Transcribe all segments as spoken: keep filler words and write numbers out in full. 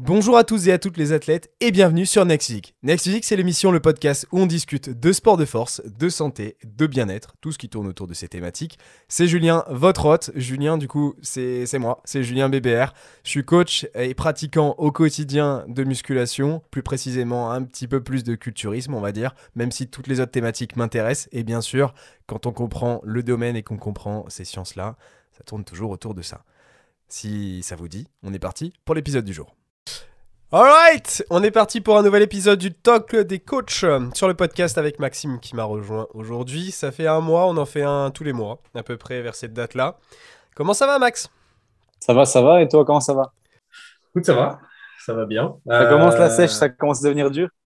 Bonjour à tous et à toutes les athlètes et bienvenue sur Next Physique. Next Physique, c'est l'émission, le podcast où on discute de sport de force, de santé, de bien-être, tout ce qui tourne autour de ces thématiques. C'est Julien, votre hôte. Julien, du coup, c'est, c'est moi, c'est Julien B B R. Je suis coach et pratiquant au quotidien de musculation, plus précisément un petit peu plus de culturisme, on va dire, même si toutes les autres thématiques m'intéressent. Et bien sûr, quand on comprend le domaine et qu'on comprend ces sciences-là, ça tourne toujours autour de ça. Si ça vous dit, on est parti pour l'épisode du jour. Alright, on est parti pour un nouvel épisode du Talk des coachs sur le podcast avec Maxime qui m'a rejoint aujourd'hui. Ça fait un mois, on en fait un tous les mois, à peu près vers cette date-là. Comment ça va, Max ? Ça va, ça va. Et toi, comment ça va? Écoute, ça va, ça va bien. Ça commence la sèche, Euh, ça commence à devenir dur.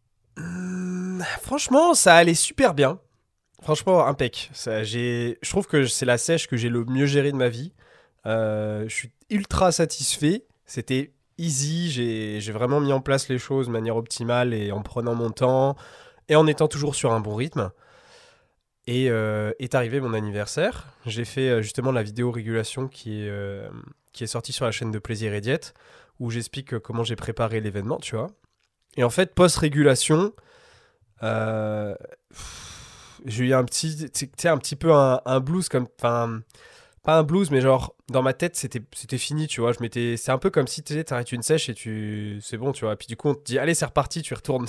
Hum, Franchement, ça allait super bien. Franchement, impec. Ça, j'ai... Je trouve que c'est la sèche que j'ai le mieux gérée de ma vie. Euh, je suis ultra satisfait. C'était easy. J'ai... j'ai vraiment mis en place les choses de manière optimale et en prenant mon temps et en étant toujours sur un bon rythme. Et euh, est arrivé mon anniversaire. J'ai fait euh, justement la vidéo régulation qui est, euh, qui est sortie sur la chaîne de Plaisir et Diète où j'explique euh, comment j'ai préparé l'événement, tu vois. Et en fait, post-régulation, euh, pff, j'ai eu un petit, tu sais, un petit peu un, un blues comme, enfin, pas un blues, mais genre dans ma tête c'était, c'était fini, tu vois. Je m'étais, c'est un peu comme si tu sais, t'arrêtes une sèche et tu, c'est bon, tu vois. Puis du coup on te dit allez c'est reparti, tu y retournes.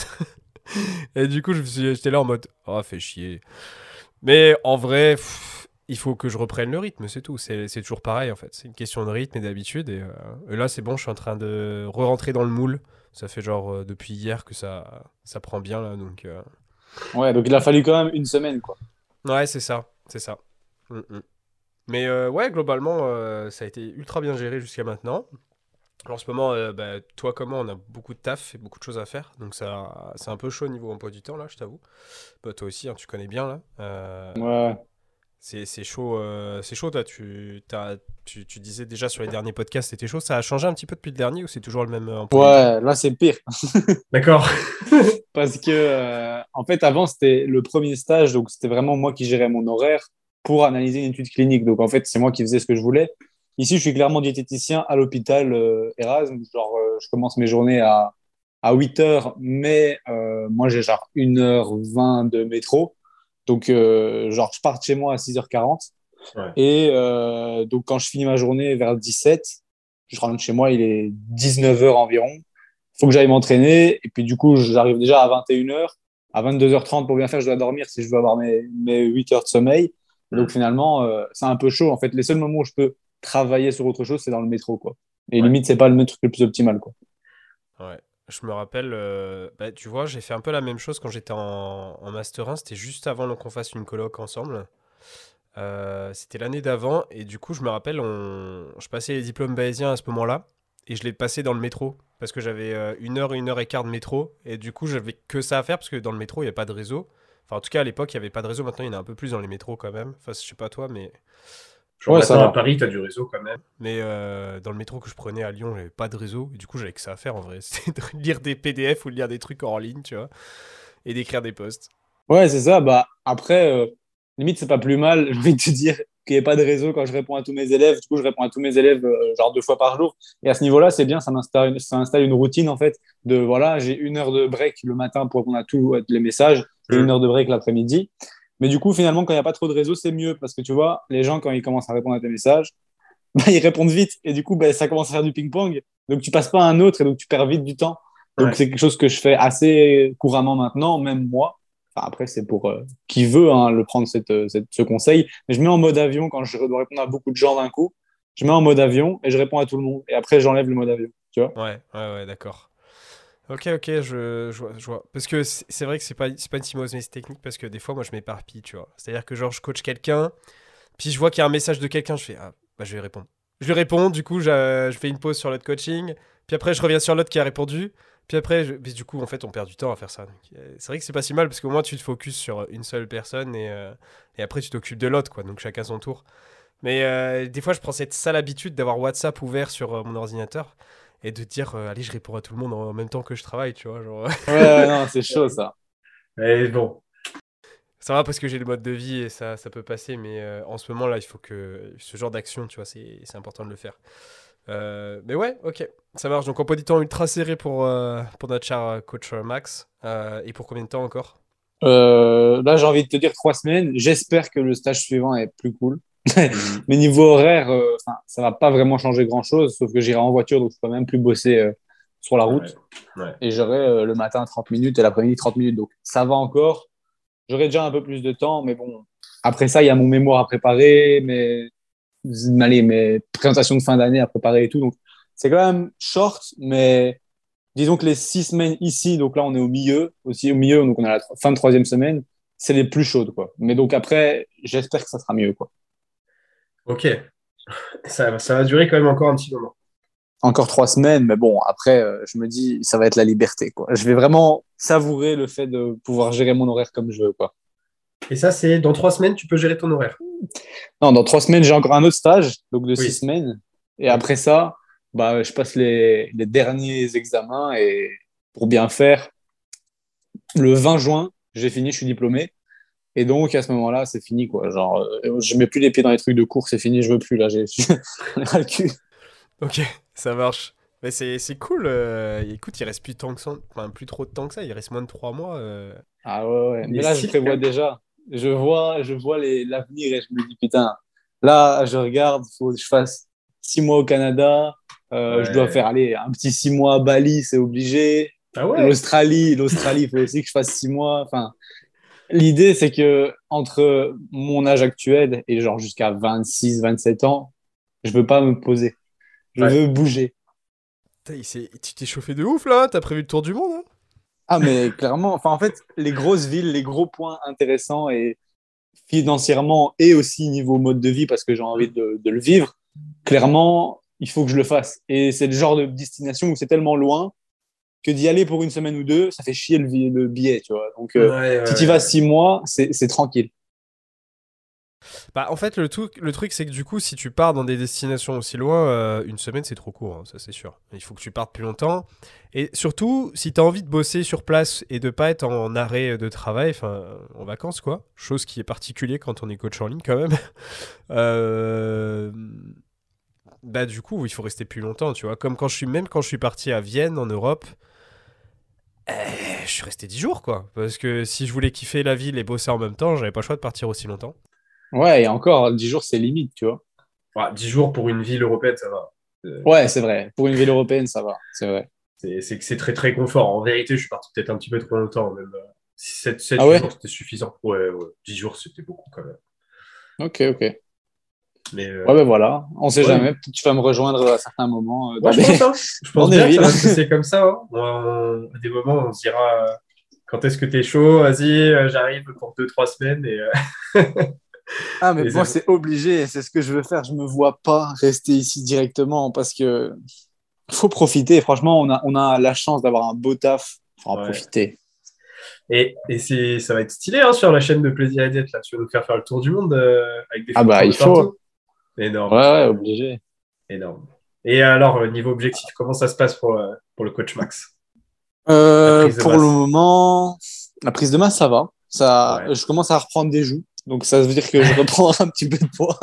Et du coup je me suis, j'étais là en mode oh fais chier. Mais en vrai, pff, il faut que je reprenne le rythme, c'est tout. C'est, c'est toujours pareil en fait. C'est une question de rythme et d'habitude. Et, euh, et là c'est bon, je suis en train de re-rentrer dans le moule. Ça fait genre euh, depuis hier que ça, ça prend bien là, donc. euh, Ouais, donc il a fallu quand même une semaine, quoi. Ouais, c'est ça, c'est ça. Mm, mm. Mais euh, ouais, globalement, euh, ça a été ultra bien géré jusqu'à maintenant. En ce moment, euh, bah, toi comme moi, on a beaucoup de taf et beaucoup de choses à faire. Donc ça, c'est un peu chaud au niveau emploi du temps, là, je t'avoue. Bah, toi aussi, hein, tu connais bien, là. Euh, Ouais, c'est, c'est chaud, euh, c'est chaud, toi. Tu, t'as, tu, tu disais déjà sur les derniers podcasts, c'était chaud. Ça a changé un petit peu depuis le dernier ou c'est toujours le même euh, emploi du temps? ouais, là c'est pire. d'accord. Parce que, euh, en fait, avant c'était le premier stage, donc c'était vraiment moi qui gérais mon horaire pour analyser une étude clinique. Donc en fait, c'est moi qui faisais ce que je voulais. Ici, je suis clairement diététicien à l'hôpital euh, Erasme. Genre, euh, je commence mes journées à, à huit heures, mais euh, moi j'ai genre une heure vingt de métro. Donc, euh, genre, je pars de chez moi à six heures quarante. Ouais. Et euh, donc, quand je finis ma journée vers dix-sept, je rentre chez moi, il est dix-neuf heures environ. Il faut que j'aille m'entraîner. Et puis, du coup, j'arrive déjà à vingt et une heures. À vingt-deux heures trente, pour bien faire, je dois dormir si je veux avoir mes, mes huit heures de sommeil. Et donc, Hmm. finalement, euh, c'est un peu chaud. En fait, les seuls moments où je peux travailler sur autre chose, c'est dans le métro, quoi. Et Ouais. limite, c'est pas le truc le plus optimal, quoi. Ouais. Je me rappelle, euh, bah, tu vois, j'ai fait un peu la même chose quand j'étais en, en Master un. C'était juste avant qu'on fasse une coloc ensemble. Euh, c'était l'année d'avant et du coup je me rappelle on... je passais les diplômes bayésiens à ce moment-là et je l'ai passé dans le métro parce que j'avais euh, une heure, une heure et quart de métro et du coup j'avais que ça à faire parce que dans le métro il n'y a pas de réseau. Enfin en tout cas à l'époque il n'y avait pas de réseau, maintenant il y en a un peu plus dans les métros quand même. Enfin je sais pas toi mais, Genre Ouais, ça maintenant à va. Paris, t'as du réseau quand même. mais euh, dans le métro que je prenais à Lyon j'avais pas de réseau et du coup j'avais que ça à faire en vrai. C'était de lire des P D F ou de lire des trucs en ligne tu vois et d'écrire des posts. Ouais, c'est ça. Bah, après, euh, limite, c'est pas plus mal, j'ai envie de te dire, qu'il n'y ait pas de réseau quand je réponds à tous mes élèves. Du coup, je réponds à tous mes élèves euh, genre deux fois par jour. Et à ce niveau-là, c'est bien, ça m'installe une, ça installe une routine, en fait, de voilà, j'ai une heure de break le matin pour répondre à tous les messages et une Hmm. heure de break l'après-midi. Mais du coup, finalement, quand il n'y a pas trop de réseau, c'est mieux parce que tu vois, les gens, quand ils commencent à répondre à tes messages, bah, ils répondent vite et du coup, bah, ça commence à faire du ping-pong. Donc, tu passes pas à un autre et donc tu perds vite du temps. Donc, Ouais. c'est quelque chose que je fais assez couramment maintenant, même moi. Enfin, après, c'est pour euh, qui veut hein, le prendre cette, euh, cette- ce conseil. Mais je mets en mode avion quand je dois répondre à beaucoup de gens d'un coup. Je mets en mode avion et je réponds à tout le monde. Et après, j'enlève le mode avion. Tu vois? Ouais, ouais, ouais, d'accord. Ok, ok, je, je vois, je vois. Parce que c'est c'est vrai que c'est pas, c'est pas une si mauvaise technique parce que des fois, moi, je m'éparpille, tu vois. C'est-à-dire que, genre, je coach quelqu'un, puis je vois qu'il y a un message de quelqu'un, je fais, ah, bah, je vais répondre. Je lui réponds, du coup, je, je fais une pause sur l'autre coaching, puis après, je reviens sur l'autre qui a répondu, puis après, je- puis du coup, en fait, on perd du temps à faire ça. Donc, euh, c'est vrai que c'est pas si mal parce qu'au moins, tu te focuses sur une seule personne et, euh, et après, tu t'occupes de l'autre, quoi. Donc, chacun son tour. Mais euh, des fois, je prends cette sale habitude d'avoir WhatsApp ouvert sur euh, mon ordinateur et de dire, euh, allez, je réponds à tout le monde en même temps que je travaille, tu vois. Genre, Ouais, ouais, non, c'est chaud ça. Mais bon, ça va parce que j'ai le mode de vie et ça, ça peut passer, mais euh, en ce moment-là, il faut que ce genre d'action, tu vois, c'est, c'est important de le faire. Euh, mais ouais, ok, ça marche. Donc emploi du temps ultra serré pour, euh, pour notre cher euh, coach euh, Max. Euh, et pour combien de temps encore? Euh, là, j'ai envie de te dire trois semaines. J'espère que le stage suivant est plus cool. Mhm. Mais niveau horaire, euh, enfin, ça va pas vraiment changer grand-chose, sauf que j'irai en voiture, donc je peux même plus bosser euh, sur la Ouais. route. Ouais. Et j'aurai euh, le matin trente minutes et l'après-midi trente minutes. Donc ça va encore. J'aurai déjà un peu plus de temps, mais bon. Après ça, il y a mon mémoire à préparer, mes, allez, mes présentations de fin d'année à préparer et tout. Donc c'est quand même short, mais disons que les six semaines ici, donc là on est au milieu, aussi au milieu, donc on est à la tro- fin de troisième semaine, c'est les plus chaudes, quoi. Mais donc après, j'espère que ça sera mieux, quoi. Ok. Ça, ça va durer quand même encore un petit moment. Encore trois semaines, mais bon, après, euh, je me dis, ça va être la liberté, quoi. Je vais vraiment savourer le fait de pouvoir gérer mon horaire comme je veux, quoi. Et ça, c'est dans trois semaines, tu peux gérer ton horaire. Non, dans trois semaines, j'ai encore un autre stage, donc de six Oui. semaines. Et Oui. après ça, bah, je passe les, les derniers examens et pour bien faire, le vingt juin, j'ai fini, je suis diplômé. Et donc, à ce moment-là, c'est fini, quoi. Genre, euh, je mets plus les pieds dans les trucs de cours, c'est fini, je veux plus, là. J'ai, j'en ai ras le cul. Ok, ça marche. Mais c'est c'est cool. euh, Écoute, il reste plus tant que ça, enfin plus trop de temps que ça. Il reste moins de trois mois. euh. Ah ouais, ouais. Il est Mais là, je stylé, quand prévois même. déjà. Je vois, je vois les, l'avenir et je me dis, putain, là, je regarde, il faut que je fasse six mois au Canada. Euh, je dois faire, Ouais. aller un petit six mois à Bali, c'est obligé. Ah ouais. L'Australie, l'Australie, il faut aussi que je fasse six mois. Enfin, l'idée, c'est que entre mon âge actuel et genre jusqu'à vingt-six, vingt-sept ans, je veux pas me poser. Je Ouais. veux bouger. Putain, il s'est- tu t'es chauffé de ouf là. T'as prévu le tour du monde, hein? Ah, mais clairement, enfin, en fait, les grosses villes, les gros points intéressants et financièrement et aussi niveau mode de vie parce que j'ai envie de, de le vivre, clairement, il faut que je le fasse. Et c'est le genre de destination où c'est tellement loin que d'y aller pour une semaine ou deux, ça fait chier le, vi- le billet, tu vois. Donc, Ouais, euh, ouais, si tu y vas ouais. six mois, c'est c'est tranquille. Bah, en fait, le truc, le truc c'est que du coup, si tu pars dans des destinations aussi loin, euh, une semaine, c'est trop court, hein, ça c'est sûr. Il faut que tu partes plus longtemps. Et surtout, si t'as envie de bosser sur place et de pas être en arrêt de travail, enfin, en vacances, quoi, chose qui est particulier quand on est coach en ligne quand même, euh, bah du coup, il faut rester plus longtemps, tu vois. Comme quand je suis, même quand je suis parti à Vienne, en Europe, euh, je suis resté dix jours, quoi. Parce que si je voulais kiffer la ville et bosser en même temps, j'avais pas le choix de partir aussi longtemps. Ouais, et encore, dix jours, c'est limite, tu vois. Ouais, dix jours pour une ville européenne, ça va. Euh, Ouais, c'est vrai. Pour une ville européenne, ça va. C'est vrai. C'est c'est que c'est très très confort. En vérité, je suis parti peut-être un petit peu trop longtemps. Même sept, Ah huit jours, ouais? c'était suffisant. Ouais, ouais. dix jours, c'était beaucoup quand même. Ok, ok. Mais Ouais, euh, ben voilà. On sait ouais, jamais. Peut-être tu vas me rejoindre à certains moments euh, ouais, dans je des, pense, hein. Je dans pense des bien que ça villes. va se passer comme ça, hein. On- à des moments, on se dira euh, quand est-ce que t'es chaud, vas-y, euh, j'arrive pour deux, trois semaines et, euh, Ah, mais et moi, c'est bon. c'est obligé, c'est ce que je veux faire. Je me vois pas rester ici directement parce que faut profiter. Franchement, on a, on a la chance d'avoir un beau taf. Faut en Ouais. profiter. Et, et c'est, ça va être stylé hein, sur la chaîne de Plaisir et Diète, là. Tu vas nous faire faire le tour du monde euh, avec des Ah, food bah, tours il de faut. partout. Énorme, Ouais, ouais, obligé. énorme. Et alors, euh, niveau objectif, comment ça se passe pour, euh, pour le coach Max? La Euh, prise de pour le masse. moment, la prise de masse, ça va. Ça, Ouais. je commence à reprendre des joues. Donc, ça veut dire que je reprends un petit peu de poids.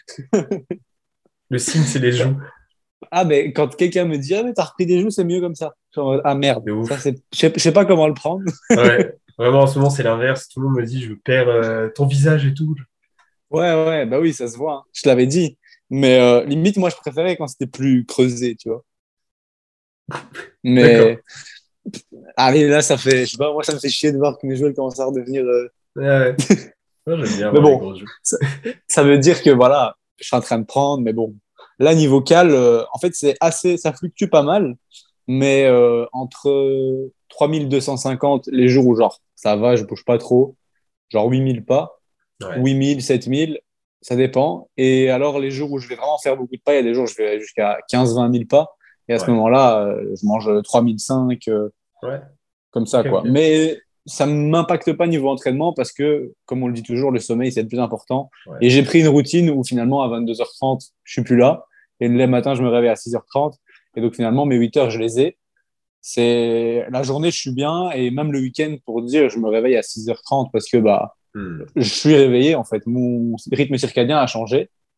Le signe, c'est les joues. Ah, mais quand quelqu'un me dit, ah, mais t'as repris des joues, c'est mieux comme ça. Genre, ah, merde. De Ça, ouf. c'est, je sais je sais pas comment le prendre. Ouais. Vraiment, en ce moment, c'est l'inverse. Tout le monde me dit, je perds euh, ton visage et tout. Ouais, ouais, bah oui, ça se voit, hein. Je te l'avais dit. Mais euh, limite, moi, je préférais quand c'était plus creusé, tu vois. D'accord. Mais allez, là, ça fait, je sais pas, moi, ça me fait chier de voir que mes joueurs commencent à redevenir. euh, Ouais, ouais. Moi, j'aime bien Mais avoir des bon, grosses joues. ça, ça veut dire que voilà, je suis en train de prendre, mais bon. Là, niveau cal, euh, en fait, c'est assez, ça fluctue pas mal, mais euh, entre trois mille deux cent cinquante les jours où, genre, ça va, je bouge pas trop, genre huit mille pas, Ouais. huit mille, sept mille, ça dépend. Et alors, les jours où je vais vraiment faire beaucoup de pas, il y a des jours où je vais jusqu'à quinze vingt mille pas. Et à ce Ouais. moment-là, euh, je mange trois mille cinq, euh, Ouais. comme ça, Ok, quoi. ok. Mais ça ne m'impacte pas niveau entraînement parce que, comme on le dit toujours, le sommeil, c'est le plus important. Ouais. Et j'ai pris une routine où finalement, à vingt-deux heures trente, je suis plus là. Et le matin, je me réveille à six heures trente. Et donc, finalement, mes huit heures, je les ai. C'est la journée, je suis bien. Et même le week-end, pour dire, je me réveille à six heures trente parce que bah, Hmm. je suis réveillé, en fait. Mon rythme circadien a changé.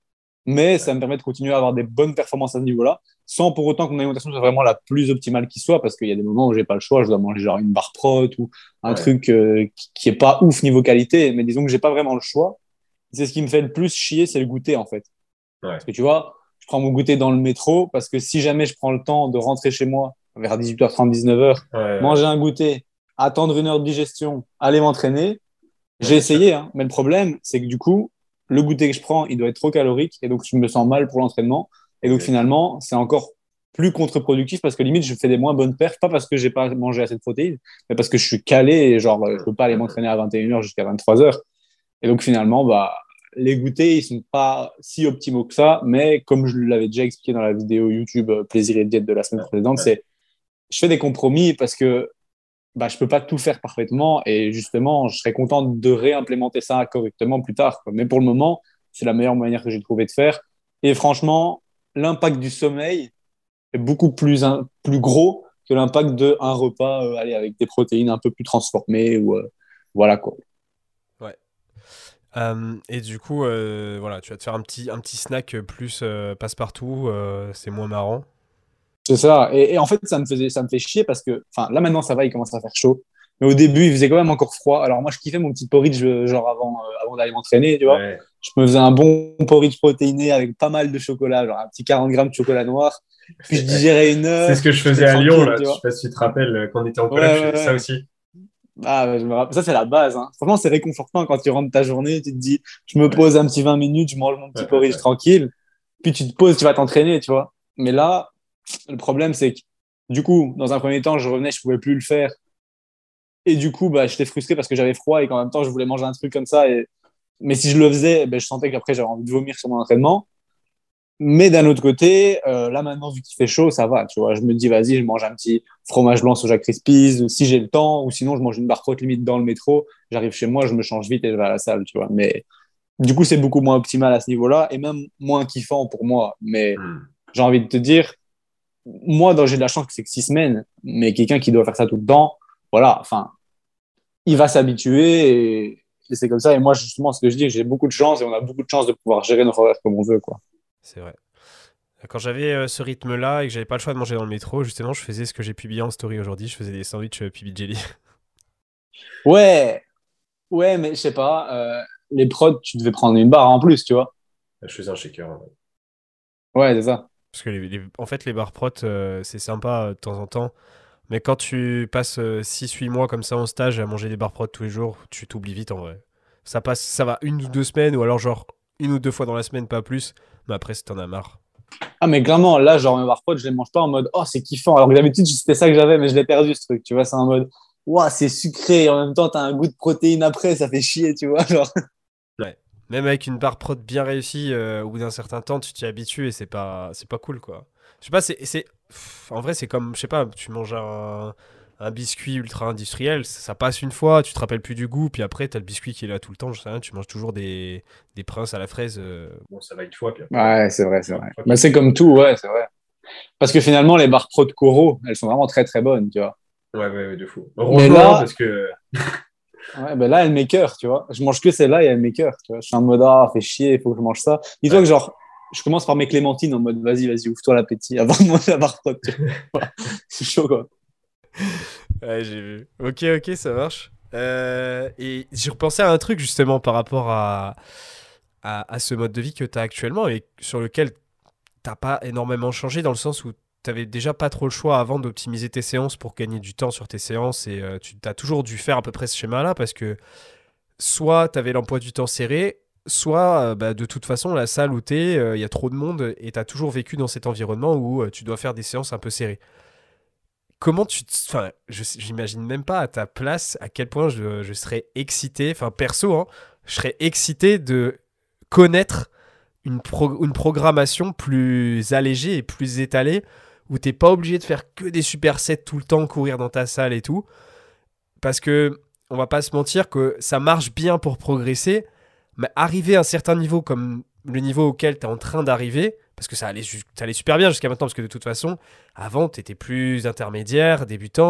mais ça me permet de continuer à avoir des bonnes performances à ce niveau-là, sans pour autant que mon alimentation soit vraiment la plus optimale qui soit, parce qu'il y a des moments où j'ai pas le choix, je dois manger genre une barre prot ou un Ouais. truc euh, qui, qui est pas ouf niveau qualité, mais disons que j'ai pas vraiment le choix. C'est ce qui me fait le plus chier, c'est le goûter en fait. Ouais. Parce que tu vois, je prends mon goûter dans le métro, parce que si jamais je prends le temps de rentrer chez moi vers dix-huit heures trente, dix-neuf heures, Ouais. manger un goûter, attendre une heure de digestion, aller m'entraîner, j'ai Ouais, essayé, hein, mais le problème, c'est que du coup, le goûter que je prends, il doit être trop calorique, et donc je me sens mal pour l'entraînement. Et donc Exact. finalement, c'est encore plus contre-productif parce que limite, je fais des moins bonnes perfs, pas parce que j'ai pas mangé assez de protéines, mais parce que je suis calé et genre, je peux pas aller m'entraîner à vingt et une heures jusqu'à vingt-trois heures. Et donc finalement, bah, les goûters, ils sont pas si optimaux que ça, mais comme je l'avais déjà expliqué dans la vidéo YouTube euh, Plaisir et diète de la semaine précédente, Ouais. c'est je fais des compromis parce que bah, je peux pas tout faire parfaitement et justement, je serais content de réimplémenter ça correctement plus tard, quoi. Mais pour le moment, c'est la meilleure manière que j'ai trouvé de faire. Et franchement, l'impact du sommeil est beaucoup plus, un, plus gros que l'impact d'un repas euh, allez, avec des protéines un peu plus transformées ou euh, voilà quoi. Ouais. Euh, et du coup, euh, voilà, tu vas te faire un petit, un petit snack plus euh, passe-partout, euh, c'est moins marrant. C'est ça. Et, et en fait, ça me faisait, ça me fait chier parce que, enfin, là maintenant ça va, il commence à faire chaud. Mais au début, il faisait quand même encore froid. Alors moi, je kiffais mon petit porridge euh, genre avant, euh, avant d'aller m'entraîner, tu vois. Ouais. Je me faisais un bon porridge protéiné avec pas mal de chocolat, genre un petit quarante grammes de chocolat noir. Puis je digérais une C'est heure. ce que je j'étais faisais à Lyon, tranquille, là. tu Je sais vois. pas si tu te rappelles, euh, quand on était en Ouais, collège, je ouais, faisais ça ouais. aussi. Ah, ouais, je me rappelle. Ça, c'est la base. Hein. Franchement, c'est réconfortant quand tu rentres ta journée. Tu te dis, je me pose un petit vingt minutes, je mange mon petit Ouais, ouais, porridge ouais. tranquille. Puis tu te poses, tu vas t'entraîner, tu vois. Mais là, le problème, c'est que du coup, dans un premier temps, je revenais, je pouvais plus le faire. Et du coup, bah, j'étais frustré parce que j'avais froid et qu'en même temps, je voulais manger un truc comme ça. Et... Mais si je le faisais, ben, je sentais qu'après, j'avais envie de vomir sur mon entraînement. Mais d'un autre côté, euh, là maintenant, vu qu'il fait chaud, ça va. Tu vois, je me dis, vas-y, je mange un petit fromage blanc soja crispies si j'ai le temps, ou sinon, je mange une barre haute limite dans le métro. J'arrive chez moi, je me change vite et je vais à la salle, tu vois. Mais du coup, c'est beaucoup moins optimal à ce niveau-là et même moins kiffant pour moi. Mais Hmm. j'ai envie de te dire, moi, j'ai de la chance que c'est que six semaines, mais quelqu'un qui doit faire ça tout le temps, voilà, enfin, il va s'habituer et, et c'est comme ça. Et moi, justement, ce que je dis, j'ai beaucoup de chance et on a beaucoup de chance de pouvoir gérer nos horaires comme on veut, quoi. C'est vrai. Quand j'avais euh, ce rythme-là et que j'avais pas le choix de manger dans le métro, justement, je faisais ce que j'ai publié en story aujourd'hui. Je faisais des sandwichs euh, P B Jelly. Ouais, ouais, mais je sais pas, euh, les prods, tu devais prendre une barre en plus, tu vois. Je faisais un shaker. Ouais. Ouais, c'est ça. Parce que, les, les- en fait, les bars prot, euh, c'est sympa euh, de temps en temps. Mais quand tu passes six huit mois comme ça en stage à manger des bars prot tous les jours, tu t'oublies vite en vrai. Ça passe, ça va une ou deux semaines, ou alors genre une ou deux fois dans la semaine, pas plus. Mais après, si t'en as marre. Ah, mais clairement, là, genre, mes barres prods, je les mange pas en mode, oh, c'est kiffant. Alors que d'habitude, c'était ça que j'avais, mais je l'ai perdu, ce truc, tu vois. C'est en mode, ouah, c'est sucré. Et en même temps, t'as un goût de protéines après, ça fait chier, tu vois. Genre. Ouais. Même avec une barre prot bien réussie, euh, au bout d'un certain temps, tu t'y habitues et c'est pas, c'est pas cool, quoi. Je sais pas, c'est, c'est... pff, en vrai, c'est comme, je sais pas, tu manges un, un biscuit ultra industriel, ça, ça passe une fois, tu te rappelles plus du goût, puis après, t'as le biscuit qui est là tout le temps, je sais rien, tu manges toujours des, des princes à la fraise. euh, Bon, ça va une fois, puis après. Ouais, c'est vrai, c'est vrai. Ok. Mais c'est comme tout, ouais, c'est vrai. Parce que finalement, les barres pro de Coro, elles sont vraiment très très bonnes, tu vois. Ouais, ouais, ouais, de fou. Mais Heureusement, hein, là, parce que. ouais, ben là, elles m'écœurent, tu vois. Je mange que celle-là et elles m'écœurent, tu vois. Je suis en mode, ah, fait chier, il faut que je mange ça. Dis-toi Ouais. que genre, je commence par mes clémentines en mode, vas-y, vas-y, ouvre-toi l'appétit avant de manger la barre pro, tu vois. C'est chaud, quoi. Ouais, j'ai vu. Ok, ok, ça marche. Euh, et j'ai repensé à un truc justement par rapport à, à, à ce mode de vie que tu as actuellement et sur lequel t'as pas énormément changé dans le sens où t'avais déjà pas trop le choix avant d'optimiser tes séances pour gagner du temps sur tes séances et euh, tu as toujours dû faire à peu près ce schéma-là parce que soit t'avais l'emploi du temps serré, soit euh, bah, de toute façon la salle où t'es, il y a trop de monde et t'as toujours vécu dans cet environnement où euh, tu dois faire des séances un peu serrées. Comment tu te... Enfin, je, j'imagine même pas à ta place à quel point je, je serais excité, enfin perso, hein, je serais excité de connaître une, pro- une programmation plus allégée et plus étalée où t'es pas obligé de faire que des supersets tout le temps, courir dans ta salle et tout. Parce que, on va pas se mentir que ça marche bien pour progresser, mais arriver à un certain niveau comme le niveau auquel tu es en train d'arriver, parce que ça allait, ju- ça allait super bien jusqu'à maintenant, parce que de toute façon, avant, tu étais plus intermédiaire, débutant,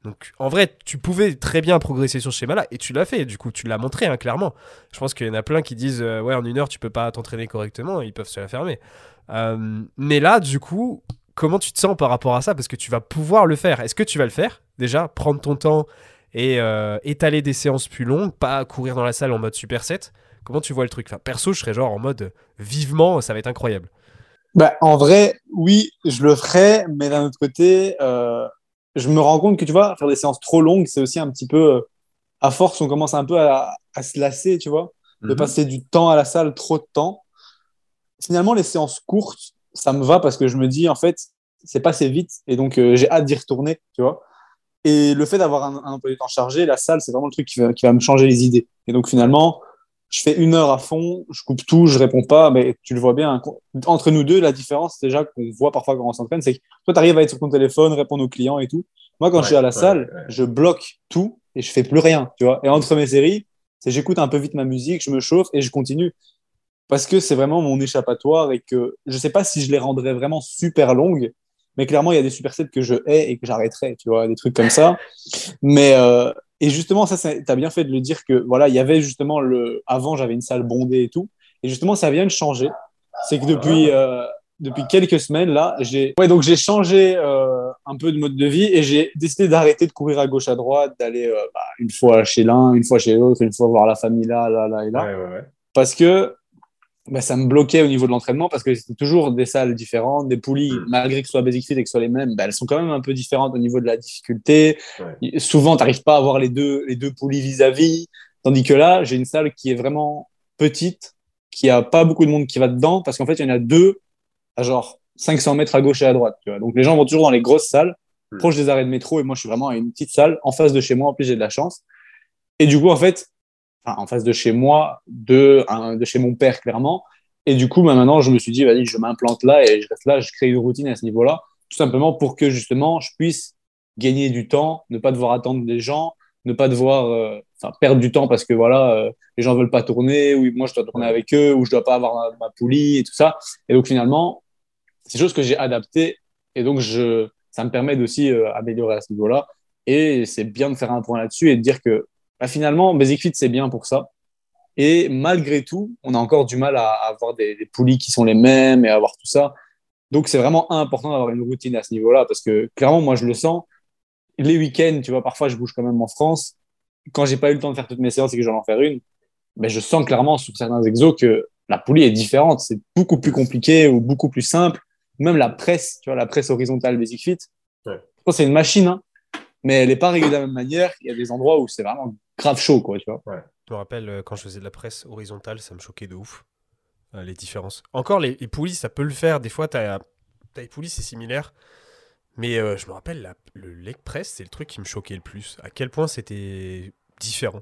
Donc, en vrai, tu pouvais très bien progresser sur ce schéma-là, et tu l'as fait, du coup, tu l'as montré, hein, clairement. Je pense qu'il y en a plein qui disent euh, ouais, en une heure, tu peux pas t'entraîner correctement, ils peuvent se la fermer. Euh, mais là, du coup, comment tu te sens par rapport à ça? Parce que tu vas pouvoir le faire. Est-ce que tu vas le faire, déjà, prendre ton temps et euh, étaler des séances plus longues, pas courir dans la salle en mode superset? Comment tu vois le truc? Enfin, perso, je serais genre en mode euh, vivement, ça va être incroyable. Bah, en vrai, oui, je le ferais, mais d'un autre côté, euh, je me rends compte que tu vois, faire des séances trop longues, c'est aussi un petit peu, euh, à force, on commence un peu à, à se lasser, tu vois, de Mhm. passer du temps à la salle, trop de temps. Finalement, les séances courtes, ça me va parce que je me dis, en fait, c'est passé vite et donc euh, j'ai hâte d'y retourner, tu vois. Et le fait d'avoir un, un emploi du temps chargé, la salle, c'est vraiment le truc qui va, qui va me changer les idées. Et donc Ouais. finalement, je fais une heure à fond, je coupe tout, je réponds pas, mais tu le vois bien. Hein, entre nous deux, la différence déjà qu'on voit parfois quand on s'entraîne, c'est que toi, tu arrives à être sur ton téléphone, répondre aux clients et tout. Moi, quand je suis Ouais, à la ouais, ouais, salle, ouais. je bloque tout et je fais plus rien, tu vois. Et Mm. entre mes séries, c'est j'écoute un peu vite ma musique, je me chauffe et je continue parce que c'est vraiment mon échappatoire et que je sais pas si je les rendrais vraiment super longues, mais clairement, il y a des supersets que je hais et que j'arrêterais, tu vois, des trucs comme ça. Mais euh, et justement, ça, tu as bien fait de le dire que voilà, il y avait justement le. Avant, j'avais une salle bondée et tout. Et justement, ça vient de changer. C'est que depuis, Ah, euh, depuis quelques semaines, là, j'ai ouais, donc j'ai changé euh, un peu de mode de vie et j'ai décidé d'arrêter de courir à gauche, à droite, d'aller euh, bah, une fois chez l'un, une fois chez l'autre, une fois voir la famille là, là, là et là. ouais, ouais, ouais. Parce que bah, ça me bloquait au niveau de l'entraînement parce que c'était toujours des salles différentes, des poulies, Mm. malgré que ce soit Basic Fit et que ce soit les mêmes, bah, elles sont quand même un peu différentes au niveau de la difficulté. Ouais. Souvent, tu n'arrives pas à avoir les deux, les deux poulies vis-à-vis, tandis que là, j'ai une salle qui est vraiment petite, qui a pas beaucoup de monde qui va dedans, parce qu'en fait, il y en a deux à genre cinq cents mètres à gauche et à droite. Tu vois. Donc les gens vont toujours dans les grosses salles, Mm. proches des arrêts de métro, et moi, je suis vraiment à une petite salle en face de chez moi, en plus, j'ai de la chance. Et du coup, en fait, enfin, en face de chez moi, de, un, de chez mon père, clairement. Et du coup, bah, maintenant, je me suis dit, vas-y, je m'implante là et je reste là, je crée une routine à ce niveau-là, tout simplement pour que justement, je puisse gagner du temps, ne pas devoir attendre des gens, ne pas devoir euh, enfin, perdre du temps parce que voilà, euh, les gens veulent pas tourner, ou moi je dois tourner Ouais. avec eux, ou je dois pas avoir ma, ma poulie et tout ça. Et donc finalement, c'est des choses que j'ai adaptées et donc je, ça me permet d'aussi euh, améliorer à ce niveau-là. Et c'est bien de faire un point là-dessus et de dire que bah, finalement, Basic Fit, c'est bien pour ça. Et malgré tout, on a encore du mal à, à avoir des, des poulies qui sont les mêmes et à avoir tout ça. Donc, c'est vraiment important d'avoir une routine à ce niveau-là parce que clairement, moi, je le sens. Les week-ends, tu vois, parfois, je bouge quand même en France. Quand j'ai pas eu le temps de faire toutes mes séances et que je dois en faire une, ben, je sens clairement sur certains exos que la poulie est différente. C'est beaucoup plus compliqué ou beaucoup plus simple. Même la presse, tu vois, la presse horizontale Basic Fit, Ouais. je pense que c'est une machine, hein, mais elle n'est pas réglée de la même manière. Il y a des endroits où c'est vraiment grave chaud, quoi, tu vois. Ouais. Je me rappelle euh, quand je faisais de la presse horizontale, ça me choquait de ouf, euh, les différences. Encore, les, les poulies, ça peut le faire. Des fois, t'as, t'as les poulies, c'est similaire. Mais euh, je me rappelle, la- le leg press, c'est le truc qui me choquait le plus. À quel point c'était différent.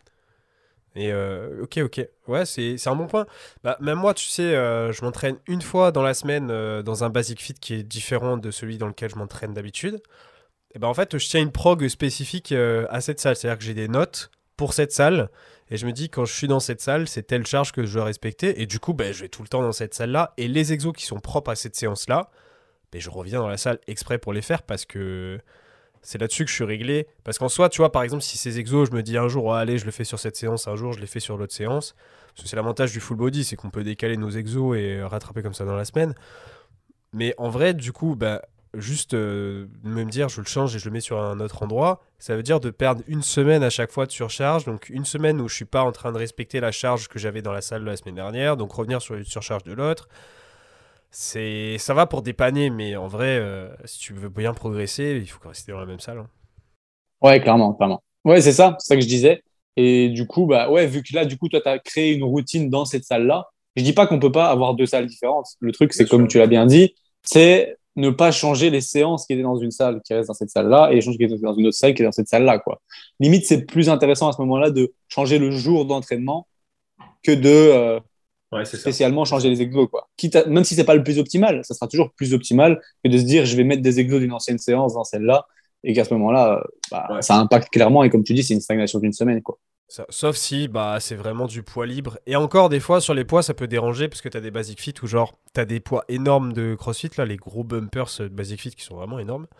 Et euh, ok, ok. Ouais, c'est, c'est un bon point. Bah, même moi, tu sais, euh, je m'entraîne une fois dans la semaine euh, dans un Basic Fit qui est différent de celui dans lequel je m'entraîne d'habitude. Et ben en fait, je tiens une prog spécifique euh, à cette salle. C'est-à-dire que j'ai des notes pour cette salle. Et je me dis, quand je suis dans cette salle, c'est telle charge que je dois respecter. Et du coup, ben, je vais tout le temps dans cette salle-là. Et les exos qui sont propres à cette séance-là, ben, je reviens dans la salle exprès pour les faire parce que c'est là-dessus que je suis réglé. Parce qu'en soi, tu vois, par exemple, si ces exos, je me dis un jour, oh, allez, je le fais sur cette séance, un jour, je les fais sur l'autre séance. Parce que c'est l'avantage du full body, c'est qu'on peut décaler nos exos et rattraper comme ça dans la semaine. Mais en vrai, du coup, bah, juste euh, me dire, je le change et je le mets sur un autre endroit, ça veut dire de perdre une semaine à chaque fois de surcharge. Donc une semaine où je suis pas en train de respecter la charge que j'avais dans la salle la semaine dernière, donc revenir sur une surcharge de l'autre. C'est, ça va pour dépanner, mais en vrai, euh, si tu veux bien progresser, il faut rester dans la même salle, hein. Ouais, clairement, clairement. Ouais, c'est ça, c'est ça que je disais. Et du coup, bah ouais, vu que là, du coup, toi, tu as créé une routine dans cette salle-là, je dis pas qu'on peut pas avoir deux salles différentes. Le truc, Bien c'est comme sûr. tu l'as bien dit, c'est ne pas changer les séances qui étaient dans une salle qui restent dans cette salle-là et les changer qui étaient dans une autre salle qui est dans cette salle-là, quoi. Limite, c'est plus intéressant à ce moment-là de changer le jour d'entraînement que de euh, Ouais, c'est ça. spécialement C'est changer ça. les exos, quoi. Quitte à- même si c'est pas le plus optimal, ça sera toujours plus optimal que de se dire je vais mettre des exos d'une ancienne séance dans celle-là et qu'à ce moment-là, euh, bah, Ouais. ça impacte clairement et comme tu dis, c'est une stagnation d'une semaine, quoi. Ça- sauf si bah, c'est vraiment du poids libre. Et encore, des fois, sur les poids, ça peut déranger parce que tu as des Basic Fit où genre, tu as des poids énormes de CrossFit, là, les gros bumpers de Basic Fit qui sont vraiment énormes.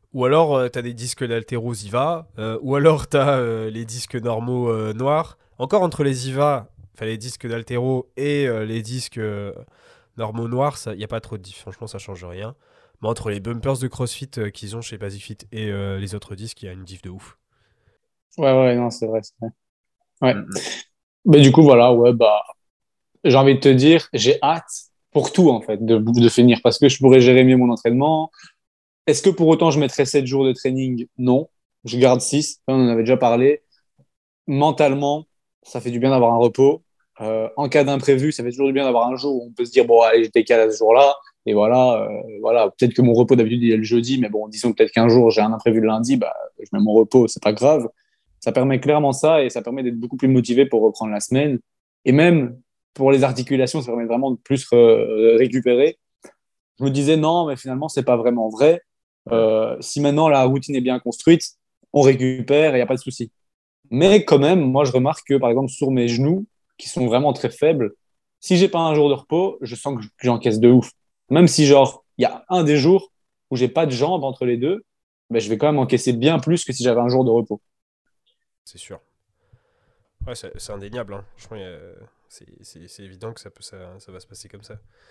Ou alors, euh, t'as des disques d'haltéro Ziva, euh, ou alors t'as euh, les disques normaux euh, noirs. Encore entre les Ziva, enfin les disques d'haltéro et euh, les disques euh, normaux noirs, il n'y a pas trop de diff. Franchement, ça change rien. Mais entre les bumpers de CrossFit euh, qu'ils ont chez Basic et euh, les autres disques, il y a une diff de ouf. Ouais, ouais, non, c'est vrai, c'est vrai. Ouais. Mm, Mais du coup, voilà, ouais, bah, j'ai envie de te dire, j'ai hâte pour tout, en fait, de, de finir parce que je pourrais gérer mieux mon entraînement. Est-ce que pour autant je mettrais sept jours de training? Non. Je garde six. On en avait déjà parlé. Mentalement, ça fait du bien d'avoir un repos. Euh, en cas d'imprévu, ça fait toujours du bien d'avoir un jour où on peut se dire, bon, allez, j'étais calé à ce jour-là. Et voilà, euh, voilà. Peut-être que mon repos d'habitude, il est le jeudi, mais bon, disons peut-être qu'un jour, j'ai un imprévu le lundi, bah, je mets mon repos, c'est pas grave. Ça permet clairement ça et ça permet d'être beaucoup plus motivé pour reprendre la semaine. Et même pour les articulations, ça permet vraiment de plus euh, récupérer. Je me disais, non, mais finalement, c'est pas vraiment vrai. mm. Euh, si maintenant la routine est bien construite, on récupère et il n'y a pas de souci. Mais quand même, moi, je remarque que, par exemple, sur mes genoux, qui sont vraiment très faibles, si j'ai pas un jour de repos, je sens que j'encaisse de ouf. Même si, genre, il y a un des jours où j'ai pas de jambes entre les deux, ben, je vais quand même encaisser bien plus que si j'avais un jour de repos. C'est sûr. Ouais, c'est c'est indéniable. Hein. Franchement, y a- c'est c'est- c'est évident que ça, peut, ça, ça va se passer comme ça.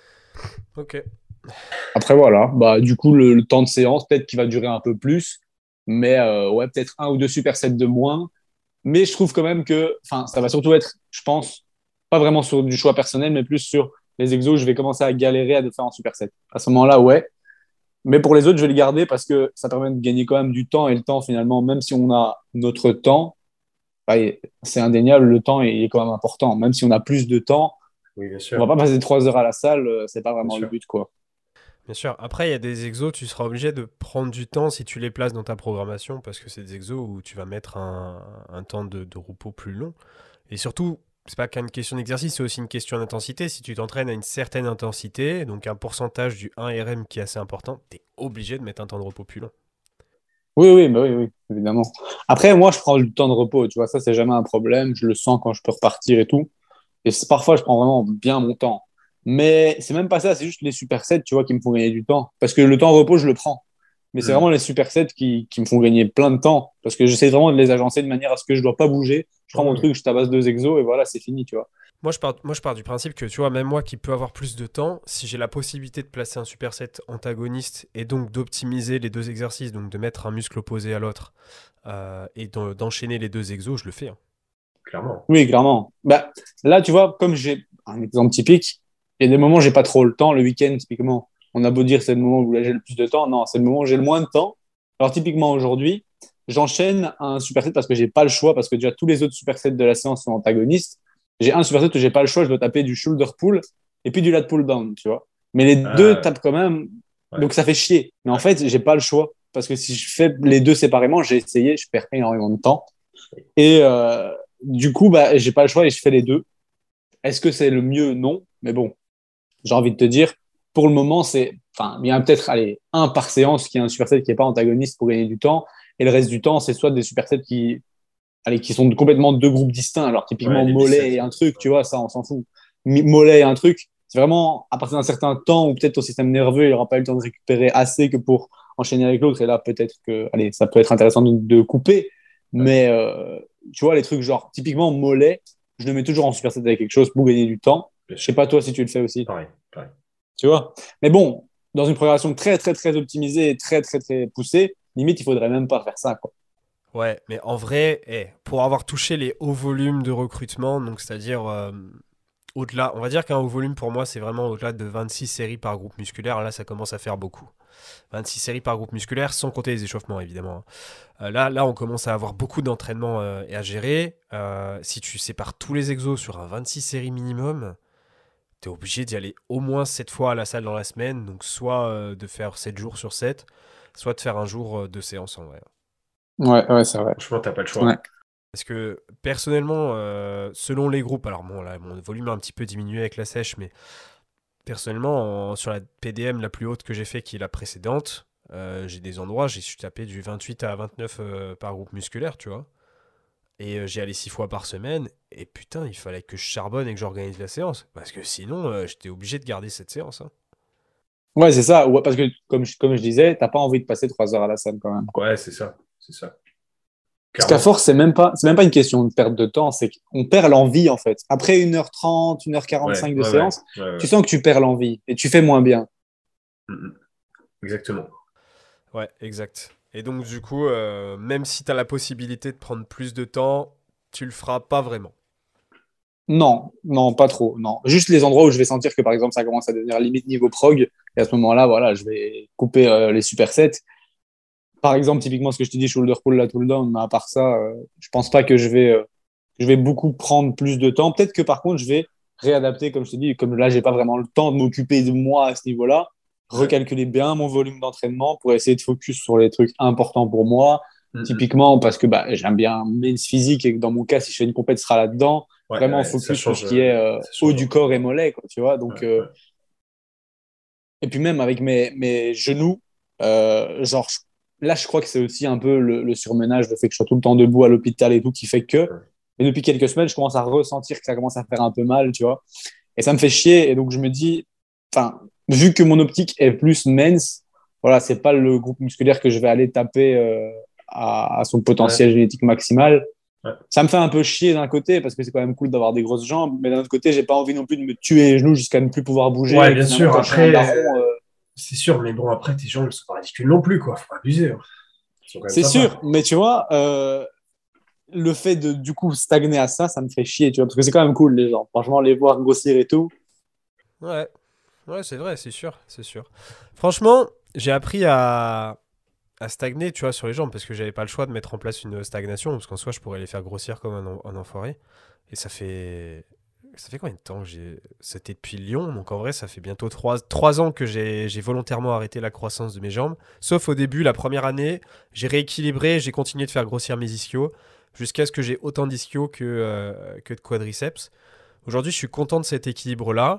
Ok. Après, voilà, bah, du coup, le, le temps de séance, peut-être qu'il va durer un peu plus, mais euh, ouais, peut-être un ou deux supersets de moins. Mais je trouve quand même que, enfin, ça va surtout être, je pense, pas vraiment sur du choix personnel, mais plus sur les exos. Je vais commencer à galérer à les faire en superset. À ce moment-là, ouais. Mais pour les autres, je vais le garder parce que ça permet de gagner quand même du temps. Et le temps, finalement, même si on a notre temps, bah, c'est indéniable, le temps est quand même important. Même si on a plus de temps, Oui, bien on va sûr, pas passer trois heures à la salle, euh, c'est pas bien vraiment le sûr. but, quoi. Bien sûr. Après, il y a des exos, tu seras obligé de prendre du temps si tu les places dans ta programmation, parce que c'est des exos où tu vas mettre un, un temps de, de repos plus long. Et surtout, c'est pas qu'une question d'exercice, c'est aussi une question d'intensité. Si tu t'entraînes à une certaine intensité, donc un pourcentage du un R M qui est assez important, tu es obligé de mettre un temps de repos plus long. Oui, oui, bah oui, oui, évidemment. Après, moi, je prends du temps de repos, tu vois, ça, c'est jamais un problème. Je le sens quand je peux repartir et tout. Et c'est- parfois, je prends vraiment bien mon temps. Mais c'est même pas ça, c'est juste les supersets, tu vois, qui me font gagner du temps. Parce que le temps de repos, je le prends. Mais c'est Mm. vraiment les supersets qui, qui me font gagner plein de temps. Parce que j'essaie vraiment de les agencer de manière à ce que je dois pas bouger. Je prends mon Ouais. truc, je tabasse deux exos et voilà, c'est fini, tu vois. Moi je, pars, moi, je pars du principe que, tu vois, même moi qui peux avoir plus de temps, si j'ai la possibilité de placer un superset antagoniste et donc d'optimiser les deux exercices, donc de mettre un muscle opposé à l'autre euh, et d'en- d'enchaîner les deux exos, je le fais. Hein. Clairement. Oui, clairement. Bah, là, tu vois, comme j'ai un exemple typique, il y a des moments où j'ai pas trop le temps. Le week-end, typiquement, on a beau dire c'est le moment où là, j'ai le plus de temps. Non, c'est le moment où j'ai le moins de temps. Alors, typiquement, aujourd'hui, j'enchaîne un superset parce que j'ai pas le choix, parce que déjà tous les autres supersets de la séance sont antagonistes. J'ai un superset où j'ai pas le choix, je dois taper du shoulder pull et puis du lat pull down, tu vois. Mais les deux Ah, tapent quand même, ouais. donc ça fait chier. Mais en Ouais. fait, j'ai pas le choix parce que si je fais les deux séparément, j'ai essayé, je perds énormément de temps. Et euh, du coup, bah, j'ai pas le choix et je fais les deux. Est-ce que c'est le mieux? Non. Mais bon, j'ai envie de te dire, pour le moment, c'est, enfin, il y a peut-être, allez, un par séance qui est un superset qui est pas antagoniste pour gagner du temps. Et le reste du temps, c'est soit des supersets qui, allez, qui sont complètement deux groupes distincts. Alors, Ouais, typiquement, les mollet et biceps. un truc, tu vois, ça, on s'en fout. Mi- Mollet et un truc, c'est vraiment à partir d'un certain temps où peut-être ton système nerveux, il aura pas eu le temps de récupérer assez que pour enchaîner avec l'autre. Et là, peut-être que, allez, ça peut être intéressant de, de couper. Ouais. Mais, euh, tu vois, les trucs genre, typiquement, mollet, je le mets toujours en superset avec quelque chose pour gagner du temps. Bien Je sais sûr. pas toi si tu le fais aussi, Pareil, pareil. tu vois. Mais bon, dans une progression très, très, très optimisée et très, très, très poussée, limite, il faudrait même pas faire ça, quoi. Ouais, mais en vrai, eh, pour avoir touché les hauts volumes de recrutement, donc c'est-à-dire euh, au-delà, on va dire qu'un haut volume pour moi, c'est vraiment au-delà de vingt-six séries par groupe musculaire. Là, ça commence à faire beaucoup. vingt-six séries par groupe musculaire, sans compter les échauffements, évidemment. Euh, là, là, on commence à avoir beaucoup d'entraînement euh, et à gérer. Euh, si tu sépares tous les exos sur un vingt-six séries minimum, tu es obligé d'y aller au moins sept fois à la salle dans la semaine. Donc, soit euh, de faire sept jours sur sept, soit de faire un jour euh, de séance en vrai. Ouais, ouais, c'est vrai. Franchement, t'as pas le Ouais. choix. Parce que personnellement, euh, selon les groupes, alors bon, là, mon volume a un petit peu diminué avec la sèche, mais personnellement, en- sur la P D M la plus haute que j'ai fait, qui est la précédente, euh, j'ai des endroits, j'ai su taper du vingt-huit à vingt-neuf euh, par groupe musculaire, tu vois. Et euh, j'y allais six fois par semaine, et putain, il fallait que je charbonne et que j'organise la séance. Parce que sinon, euh, j'étais obligé de garder cette séance. Hein. Ouais, c'est ça. Ouais, parce que, comme je, comme je disais, t'as pas envie de passer trois heures à la salle quand même. Ouais, c'est ça. C'est ça. Parce qu'à Clairement. force, c'est même pas, c'est même pas une question de perte de temps, c'est qu'on perd l'envie, en fait. Après une heure trente, une heure Ouais, quarante-cinq de ouais, ouais. séance, ouais, ouais. tu sens que tu perds l'envie et tu fais moins bien. Mm, mm. Exactement. Ouais, exact. Et donc, du coup, euh, même si tu as la possibilité de prendre plus de temps, tu le feras pas vraiment. Non, non, pas trop, non. Juste les endroits où je vais sentir que, par exemple, ça commence à devenir limite niveau prog, et à ce moment-là, voilà, je vais couper euh, les supersets. Par exemple, typiquement, ce que je te dis, shoulder pull, lateral down, mais à part ça, euh, je pense pas que je vais, euh, je vais beaucoup prendre plus de temps. Peut-être que, par contre, je vais réadapter, comme je te dis, comme là, j'ai pas vraiment le temps de m'occuper de moi à ce niveau-là, Ouais. recalculer bien mon volume d'entraînement pour essayer de focus sur les trucs importants pour moi. Mm, mm. Typiquement, parce que bah, j'aime bien men's physique et que dans mon cas, si je fais une compète, ce sera là-dedans. Ouais, Vraiment ouais, ça focus sur change, ce qui est euh, euh, ça haut change du encore. corps et mollets, quoi, tu vois. Donc, Ouais, euh, ouais. et puis même avec mes, mes genoux, euh, genre, je- là, je crois que c'est aussi un peu le, le surmenage, le fait que je sois tout le temps debout à l'hôpital et tout, qui fait que, Ouais. et depuis quelques semaines, je commence à ressentir que ça commence à faire un peu mal, tu vois. Et ça me fait chier. Et donc, je me dis, enfin, vu que mon optique est plus mince, voilà, c'est pas le groupe musculaire que je vais aller taper euh, à, à son Ouais, potentiel génétique maximal. ouais. Ça me fait un peu chier d'un côté parce que c'est quand même cool d'avoir des grosses jambes, mais d'un autre côté, j'ai pas envie non plus de me tuer les genoux jusqu'à ne plus pouvoir bouger Ouais, et que bien finalement, sûr. quand je suis un Après, euh, daron, euh, c'est sûr, mais bon, après, tes jambes ne sont pas ridicules non plus, quoi. Faut pas abuser, hein. Ils sont quand même c'est sympas. sûr, mais tu vois, euh, le fait de du coup stagner à ça, ça me fait chier, tu vois, parce que c'est quand même cool les gens. Franchement, les voir grossir et tout. Ouais, ouais, c'est vrai, c'est sûr, c'est sûr. Franchement, j'ai appris à, à stagner, tu vois, sur les jambes, parce que j'avais pas le choix de mettre en place une stagnation, parce qu'en soi, je pourrais les faire grossir comme un, en- un enfoiré. Et ça fait... Ça fait combien de temps que j'ai... C'était depuis Lyon, donc en vrai, ça fait bientôt trois, trois ans que j'ai, j'ai volontairement arrêté la croissance de mes jambes. Sauf au début, la première année, j'ai rééquilibré, j'ai continué de faire grossir mes ischios, jusqu'à ce que j'ai autant d'ischios que, euh, que de quadriceps. Aujourd'hui, je suis content de cet équilibre-là.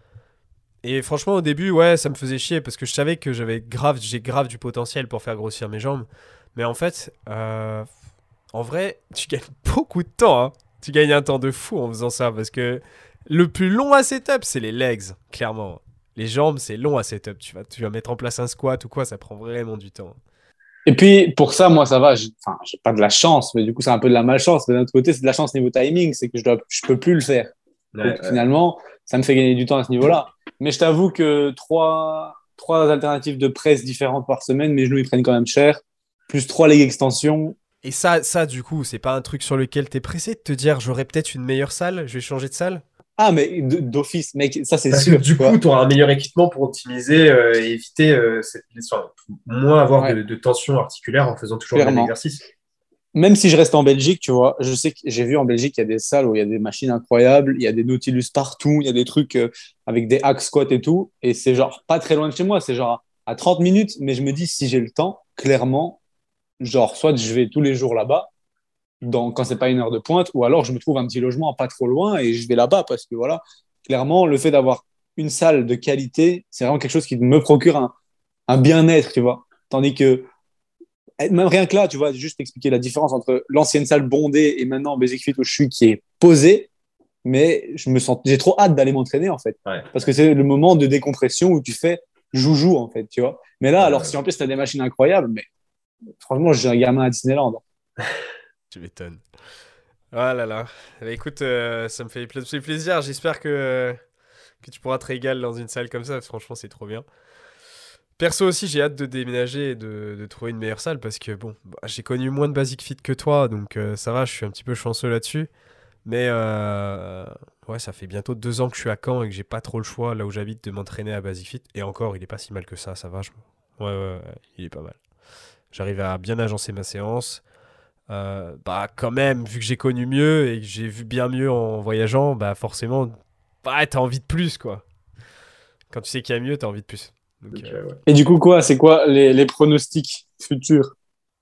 Et franchement, au début, ouais, ça me faisait chier parce que je savais que j'avais grave, j'ai grave du potentiel pour faire grossir mes jambes. Mais en fait, euh, en vrai, tu gagnes beaucoup de temps, hein. Tu gagnes un temps de fou en faisant ça parce que le plus long à setup, c'est les legs, clairement. Les jambes, c'est long à setup. Tu vas, tu vas mettre en place un squat ou quoi, ça prend vraiment du temps. Et puis pour ça, moi, ça va. j'ai- Enfin, j'ai pas de la chance, mais du coup, c'est un peu de la malchance. Mais d'un autre côté, c'est de la chance niveau timing, c'est que je dois, je peux plus le faire. Donc Ouais, ouais. finalement, ça me fait gagner du temps à ce niveau-là. Mais je t'avoue que trois, trois alternatives de presse différentes par semaine, mes genoux ils prennent quand même cher. Plus trois leg extensions. Et ça, ça, du coup, c'est pas un truc sur lequel t'es pressé de te dire j'aurais peut-être une meilleure salle, je vais changer de salle. Ah, mais d- d'office, mec, ça c'est Parce que sûr, du tu coup, vois. tu auras un meilleur équipement pour optimiser euh, et éviter euh, cette enfin, moins avoir Ouais, de, de tension articulaire en faisant toujours le même clairement. exercice. Même si je reste en Belgique, tu vois, je sais que j'ai vu en Belgique, il y a des salles où il y a des machines incroyables, il y a des Nautilus partout, il y a des trucs euh, avec des hack squats et tout. Et c'est genre pas très loin de chez moi, c'est genre à trente minutes. Mais je me dis, si j'ai le temps, clairement, genre, soit je vais tous les jours là-bas, dans, quand c'est pas une heure de pointe, ou alors je me trouve un petit logement pas trop loin et je vais là-bas parce que voilà, clairement, le fait d'avoir une salle de qualité, c'est vraiment quelque chose qui me procure un, un bien-être, tu vois. Tandis que même rien que là, tu vois, juste expliquer la différence entre l'ancienne salle bondée et maintenant Basic Fit où je suis qui est posée, mais je me sens, j'ai trop hâte d'aller m'entraîner en fait, Ouais, parce que c'est le moment de décompression où tu fais joujou en fait, tu vois. Mais là, alors si en ouais. plus tu as des machines incroyables, mais franchement, j'ai un gamin à Disneyland. Tu m'étonnes. Ah là là. Bah, écoute, euh, ça me fait pla- ça fait plaisir. J'espère que, que tu pourras te régaler dans une salle comme ça. Franchement, c'est trop bien. Perso aussi, j'ai hâte de déménager et de, de trouver une meilleure salle parce que bon, bah, j'ai connu moins de Basic Fit que toi, donc euh, ça va, je suis un petit peu chanceux là-dessus. Mais euh, ouais, ça fait bientôt deux ans que je suis à Caen et que j'ai pas trop le choix là où j'habite de m'entraîner à Basic Fit. Et encore, il est pas si mal que ça, ça va. Je... Ouais, ouais, ouais, il est pas mal. J'arrive à bien agencer ma séance. Euh, bah quand même, vu que j'ai connu mieux et que j'ai vu bien mieux en voyageant, bah forcément, bah t'as envie de plus quoi. Quand tu sais qu'il y a mieux, t'as envie de plus. Donc, Ok, euh, ouais. Et du coup, quoi, c'est quoi les, les pronostics futurs?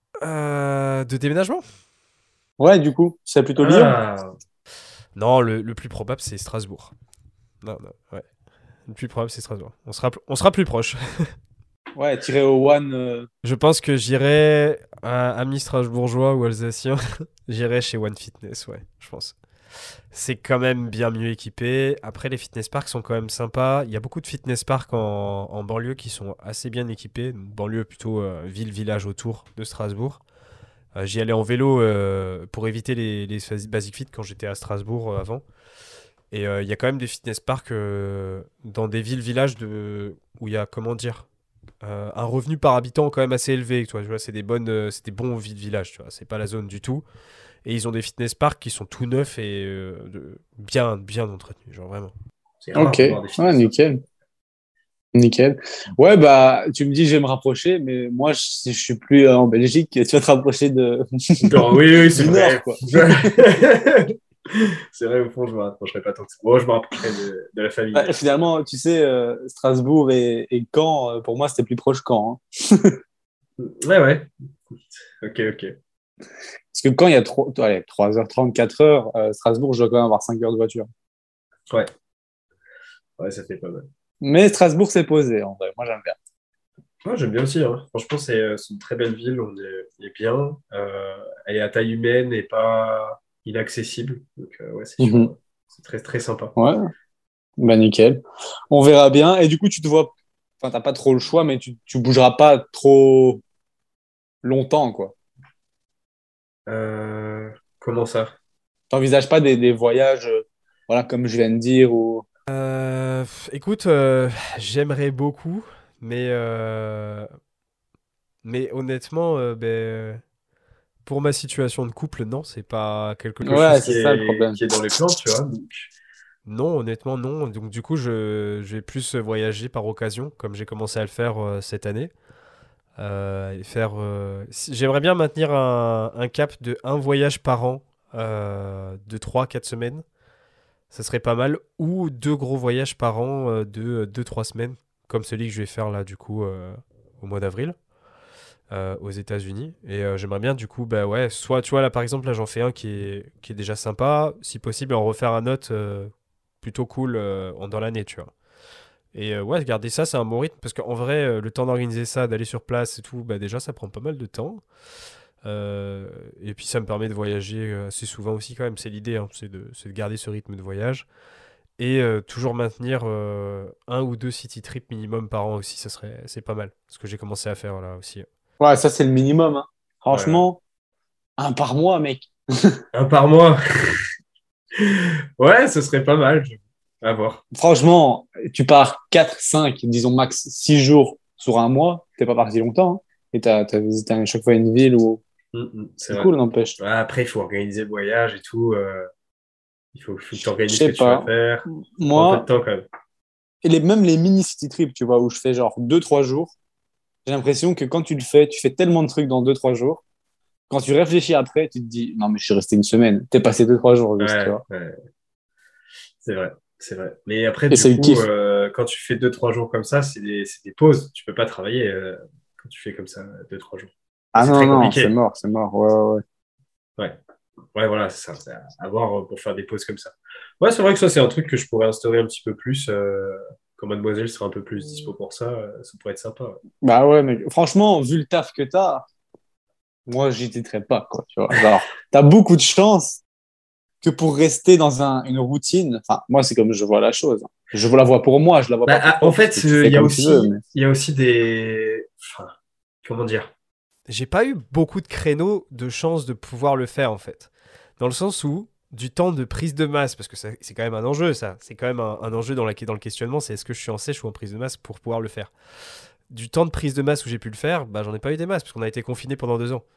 euh, de déménagement? Ouais, du coup, c'est plutôt Lyon. Ah, Non, le, le plus probable c'est Strasbourg. Non, non, ouais. Le plus probable c'est Strasbourg. On sera, on sera plus proche. Ouais, tiré au one. euh, Je pense que j'irai à ami strasbourgeois ou alsacien. J'irai chez One Fitness, ouais, je pense. c'est quand même bien mieux équipé. Après, les fitness parks sont quand même sympas. Il y a beaucoup de fitness parks en, en banlieue qui sont assez bien équipés. Donc, banlieue plutôt euh, ville-village autour de Strasbourg. Euh, j'y allais en vélo euh, pour éviter les, les Basic Fit quand j'étais à Strasbourg euh, avant. Et euh, il y a quand même des fitness parks euh, dans des villes-villages de... où il y a, comment dire, euh, un revenu par habitant quand même assez élevé. Tu vois, tu vois, c'est des bonnes, euh, c'est des bons villes-villages. Tu vois, c'est pas la zone du tout. Et ils ont des fitness parks qui sont tout neufs et euh, de- bien, bien entretenus, genre vraiment. C'est rare Ok, de voir des ouais, fitness. nickel. Nickel. Ouais, bah, tu me dis, je vais me rapprocher, mais moi, je- si je suis plus euh, en Belgique, tu vas te rapprocher de... Non, oui, oui, c'est du vrai. Nord, quoi. C'est vrai, au fond, je me rapprocherai pas tant que ça. Bon, je me rapprocherai de, de la famille. Ouais, finalement, tu sais, euh, Strasbourg et, et Caen, euh, pour moi, c'était plus proche Caen. Hein. Ouais, ouais. Ok, ok. Parce que quand il y a trois, allez, trois heures trente, quatre heures, euh, Strasbourg, je dois quand même avoir cinq heures de voiture. Ouais. Ouais, ça fait pas mal. Mais Strasbourg, c'est posé, en vrai. Moi, j'aime bien. Ouais, j'aime bien aussi. Hein. Franchement, c'est euh, c'est une très belle ville. On est, on est bien. Euh, elle est à taille humaine et pas inaccessible. Donc, euh, ouais, c'est sûr. Mhm. C'est très, très sympa. Ouais, bah nickel. On verra bien. Et du coup, tu te vois, enfin, t'as pas trop le choix, mais tu, tu bougeras pas trop longtemps, quoi. Euh, comment ça? T'envisages pas des, des voyages, euh, voilà, comme je viens de dire, ou... Euh, pff, écoute, euh, j'aimerais beaucoup, mais, euh, mais honnêtement, euh, ben, pour ma situation de couple, non, c'est pas quelque Quelque Ouais, chose c'est qui ça le est, problème. qui est dans les plans, tu vois. Donc, Non, honnêtement, non. Donc du coup, je, je vais plus voyager par occasion, comme j'ai commencé à le faire euh, cette année. Euh, et faire, euh, si- J'aimerais bien maintenir un, un cap de un voyage par an, euh, de trois quatre semaines. Ça serait pas mal. Ou deux gros voyages par an euh, de deux trois semaines, comme celui que je vais faire là, du coup, euh, au mois d'avril, euh, aux États-Unis. Et euh, j'aimerais bien, du coup, bah ouais, soit, tu vois, là, par exemple, là, j'en fais un qui est, qui est déjà sympa. Si possible, en refaire un autre euh, plutôt cool euh, en- dans l'année, tu vois. Et euh, ouais, garder ça, c'est un bon rythme parce qu'en vrai, euh, le temps d'organiser ça, d'aller sur place et tout, bah déjà, ça prend pas mal de temps. Euh, et puis, ça me permet de voyager euh, assez souvent aussi, quand même. C'est l'idée, hein, c'est de, c'est de garder ce rythme de voyage. Et euh, toujours maintenir euh, un ou deux city trips minimum par an aussi, ça serait, c'est pas mal. Ce que j'ai commencé à faire là aussi. Ouais, ça, c'est le minimum, hein. ouais. Franchement, un par mois, mec. Un par mois. Ouais, ce serait pas mal. À voir. Franchement, tu pars quatre, cinq, disons max six jours sur un mois, t'es pas parti longtemps, hein. Et t'as, t'as visité à chaque fois une ville où Mm, mm, c'est c'est vrai. cool, n'empêche. Ouais, après, il faut organiser le voyage et tout. euh, il faut, faut que tu Je organises ce sais que tu vas pas. faire. Ça prend un peu de Moi, temps quand même. et les, même les mini city trips, tu vois, où je fais genre deux trois jours, j'ai l'impression que quand tu le fais, tu fais tellement de trucs dans deux trois jours. Quand tu réfléchis après, tu te dis, non, mais je suis resté une semaine. T'es passé deux trois jours juste, tu Ouais, vois. ouais, c'est vrai. C'est vrai. Mais après, Et du c'est le coup, kiff. euh, quand tu fais deux, trois jours comme ça, c'est des, c'est des pauses. Tu peux pas travailler euh, quand tu fais comme ça deux, trois jours. Et Ah c'est non, très non, c'est compliqué. mort, c'est mort. Ouais, ouais, ouais. Ouais. Ouais, voilà, c'est ça. C'est à à voir euh, pour faire des pauses comme ça. Ouais, c'est vrai que ça, c'est un truc que je pourrais instaurer un petit peu plus. Euh, quand Mademoiselle sera un peu plus dispo pour ça, euh, ça pourrait être sympa. Ouais. Bah ouais, mais franchement, vu le taf que t'as, moi, j'y t'éterais pas, quoi, tu vois. Genre, t'as beaucoup de chance que pour rester dans un, une routine, enfin, moi, c'est comme je vois la chose. Je la vois pour moi, je la vois Bah, pas pour ah, en toi, parce fait, que tu euh, il fais y a comme tu veux, aussi, mais... il y a aussi des. Enfin, comment dire? J'ai pas eu beaucoup de créneaux de chance de pouvoir le faire en fait. Dans le sens où du temps de prise de masse, parce que ça- c'est quand même un enjeu ça, c'est quand même un, un enjeu dans, la, dans le questionnement, c'est est-ce que je suis en sèche ou en prise de masse pour pouvoir le faire. Du temps de prise de masse où j'ai pu le faire, bah j'en ai pas eu des masses, parce qu'on a été confiné pendant deux ans.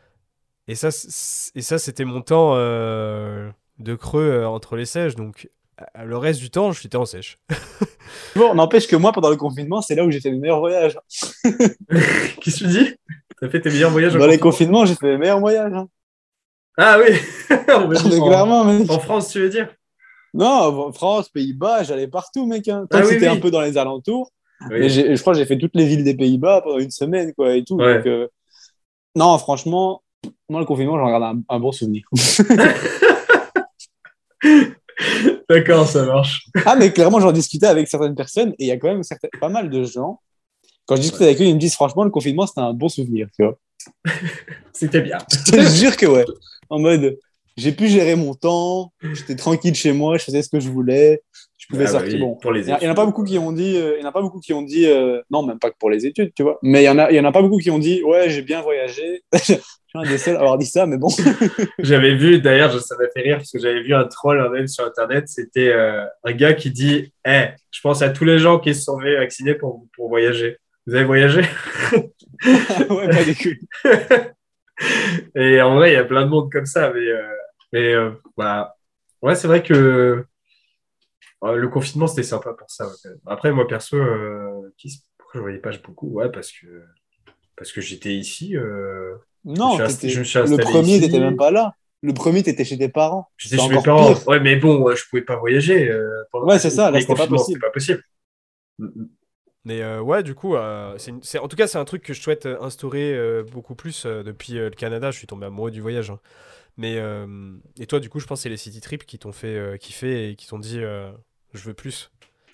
Et ça, c'est- et ça c'était mon temps euh, de creux euh, entre les sèches, donc euh, le reste du temps, j'étais en sèche. Bon, n'empêche que moi, pendant le confinement, c'est là où j'ai fait mes meilleurs voyages. Qu'est-ce que tu dis? T'as fait tes meilleurs voyages en Dans les confinement? confinements, j'ai fait mes meilleurs voyages, hein. Ah oui! En, Mais en- clairement, mec. en France, tu veux dire? Non, France, Pays-Bas, j'allais partout, mec, hein. Toi, Ah oui, c'était un peu oui. dans les alentours, mais Oui. j'ai- je crois que j'ai fait toutes les villes des Pays-Bas pendant une semaine, quoi, et tout. Donc, Ouais. euh, non, franchement, moi, le confinement, j'en garde un, un bon souvenir. D'accord, ça marche. Ah, mais clairement, j'en discutais avec certaines personnes, et il y a quand même certaines, pas mal de gens. Quand je discute Ouais. avec eux, ils me disent, franchement, le confinement, c'était un bon souvenir, tu vois. C'était bien. Je te jure que ouais. En mode, j'ai pu gérer mon temps, j'étais tranquille chez moi, je faisais ce que je voulais, je pouvais Ah bah sortir. oui, Bon, pour les il y, en a- il y en a études. pas beaucoup qui ont dit, euh, il y en a pas beaucoup qui ont dit, euh, non, même pas que pour les études, tu vois, mais il y en a, il y en a pas beaucoup qui ont dit, ouais, j'ai bien voyagé. Je suis un des seuls à avoir dit ça, mais bon. J'avais vu, d'ailleurs, ça m'a fait rire parce que j'avais vu un troll un même sur Internet. C'était euh, un gars qui dit Eh, je pense à tous les gens qui se sont fait vacciner pour, pour voyager. Vous avez voyagé? Ouais, pas des couilles. Et en vrai, il y a plein de monde comme ça. Mais, euh, mais euh, voilà. Ouais, c'est vrai que euh, le confinement, c'était sympa pour ça. Ouais. Après, moi, perso, euh, qui, pourquoi je ne voyais pas beaucoup? Ouais, parce que, parce que j'étais ici. Euh, je, me Non, suis inst- je t'étais, me suis le installé premier, t'étais même ici. pas là. Le premier, t'étais chez tes parents. J'étais C'est chez mes encore pire. parents. Ouais, mais bon, euh, je pouvais pas voyager. Euh, pendant, Ouais, c'est au ça, là, premier c'était pas confinement, c'était possible. pas possible. Mm, mm. Mais euh, ouais, du coup, euh, c'est une- c'est- en tout cas, c'est un truc que je souhaite euh, instaurer euh, beaucoup plus euh, depuis euh, le Canada. Je suis tombé amoureux du voyage, hein. Mais euh, et toi, du coup, je pense que c'est les city trips qui t'ont fait euh, kiffer et qui t'ont dit euh, je veux plus.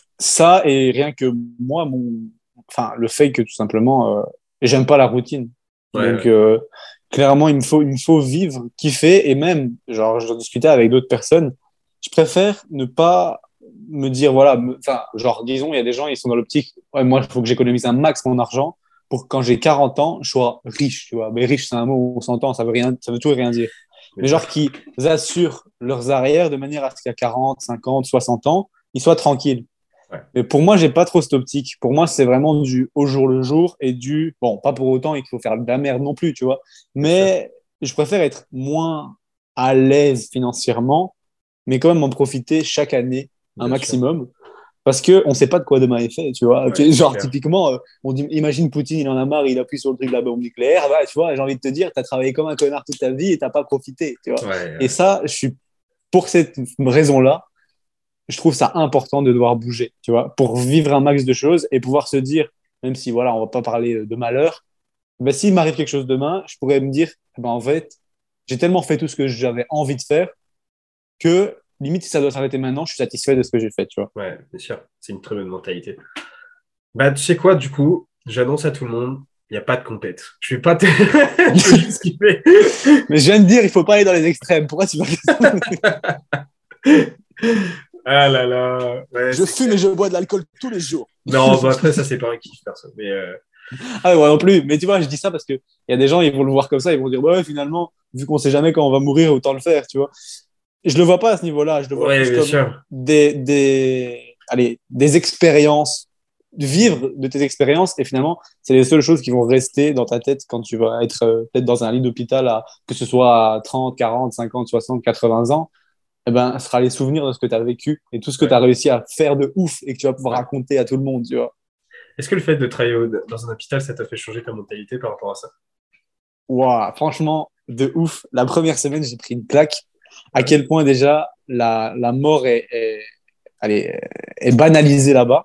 Ça, et rien que moi, mon... enfin, le fait que tout simplement, euh, j'aime pas la routine. Ouais, Donc, ouais. euh, clairement, il me faut, il me faut vivre, kiffer, et même, genre, je discutais avec d'autres personnes, je préfère ne pas me dire, voilà, me- enfin, genre, disons, il y a des gens, ils sont dans l'optique, ouais, moi, il faut que j'économise un max mon argent pour que quand j'ai quarante ans, je sois riche, tu vois. Mais riche, c'est un mot où on s'entend, ça veut rien, ça veut tout et rien dire. Bien Mais sûr. genre, qui assurent leurs arrières de manière à ce qu'à quarante, cinquante, soixante ans, ils soient tranquilles. Ouais. Mais pour moi, j'ai pas trop cette optique. Pour moi, c'est vraiment du au jour le jour et du bon, pas pour autant il faut faire de la merde non plus, tu vois. Bien sûr. Mais je préfère être moins à l'aise financièrement, mais quand même en profiter chaque année un Bien sûr. maximum. Parce que on sait pas de quoi demain est fait, tu vois. Ouais, Tu- c'est Genre, clair. typiquement, euh, on dit, imagine Poutine, il en a marre, il appuie sur le truc de la bombe nucléaire. Bah, tu vois, j'ai envie de te dire, tu as travaillé comme un connard toute ta vie et t'as pas profité, tu vois. Ouais, Et ouais. ça, je suis pour cette raison-là, je trouve ça important de devoir bouger, tu vois, pour vivre un max de choses et pouvoir se dire, même si voilà, on va pas parler de malheur, ben, s'il m'arrive quelque chose demain, je pourrais me dire, ben, en fait, j'ai tellement fait tout ce que j'avais envie de faire que limite, si ça doit s'arrêter maintenant, je suis satisfait de ce que j'ai fait, tu vois. Ouais, bien sûr. C'est une très bonne mentalité. Bah, tu sais quoi, du coup, j'annonce à tout le monde, il n'y a pas de compète. Je vais pas te... Je vais juste kiffer. Mais je viens de dire, il faut pas aller dans les extrêmes. Pourquoi tu vas... Ah là là. Ouais, Je c'est fume clair. et je bois de l'alcool tous les jours. Non, bah après, ça, c'est pas un kiff, perso. Mais euh, Ah ouais, moi non plus. Mais tu vois, je dis ça parce que il y a des gens, ils vont le voir comme ça, ils vont dire, ouais, finalement, vu qu'on sait jamais quand on va mourir, autant le faire, tu vois. Je le vois pas à ce niveau-là. Je le vois ouais, plus bien comme sûr. des, des, allez, des expériences, vivre de tes expériences. Et finalement, c'est les seules choses qui vont rester dans ta tête quand tu vas être euh, peut-être dans un lit d'hôpital, à, que ce soit à trente, quarante, cinquante, soixante, quatre-vingts ans. Eh ben, ce sera les souvenirs de ce que tu as vécu et tout ce que tu Ouais, as réussi à faire de ouf et que tu vas pouvoir ouais. raconter à tout le monde, tu vois. Est-ce que le fait de travailler au- dans un hôpital, ça t'a fait changer ta mentalité par rapport à ça? Waouh, franchement, de ouf. La première semaine, j'ai pris une claque. À Ouais. quel point déjà la, la mort est, est, allez, est banalisée là-bas.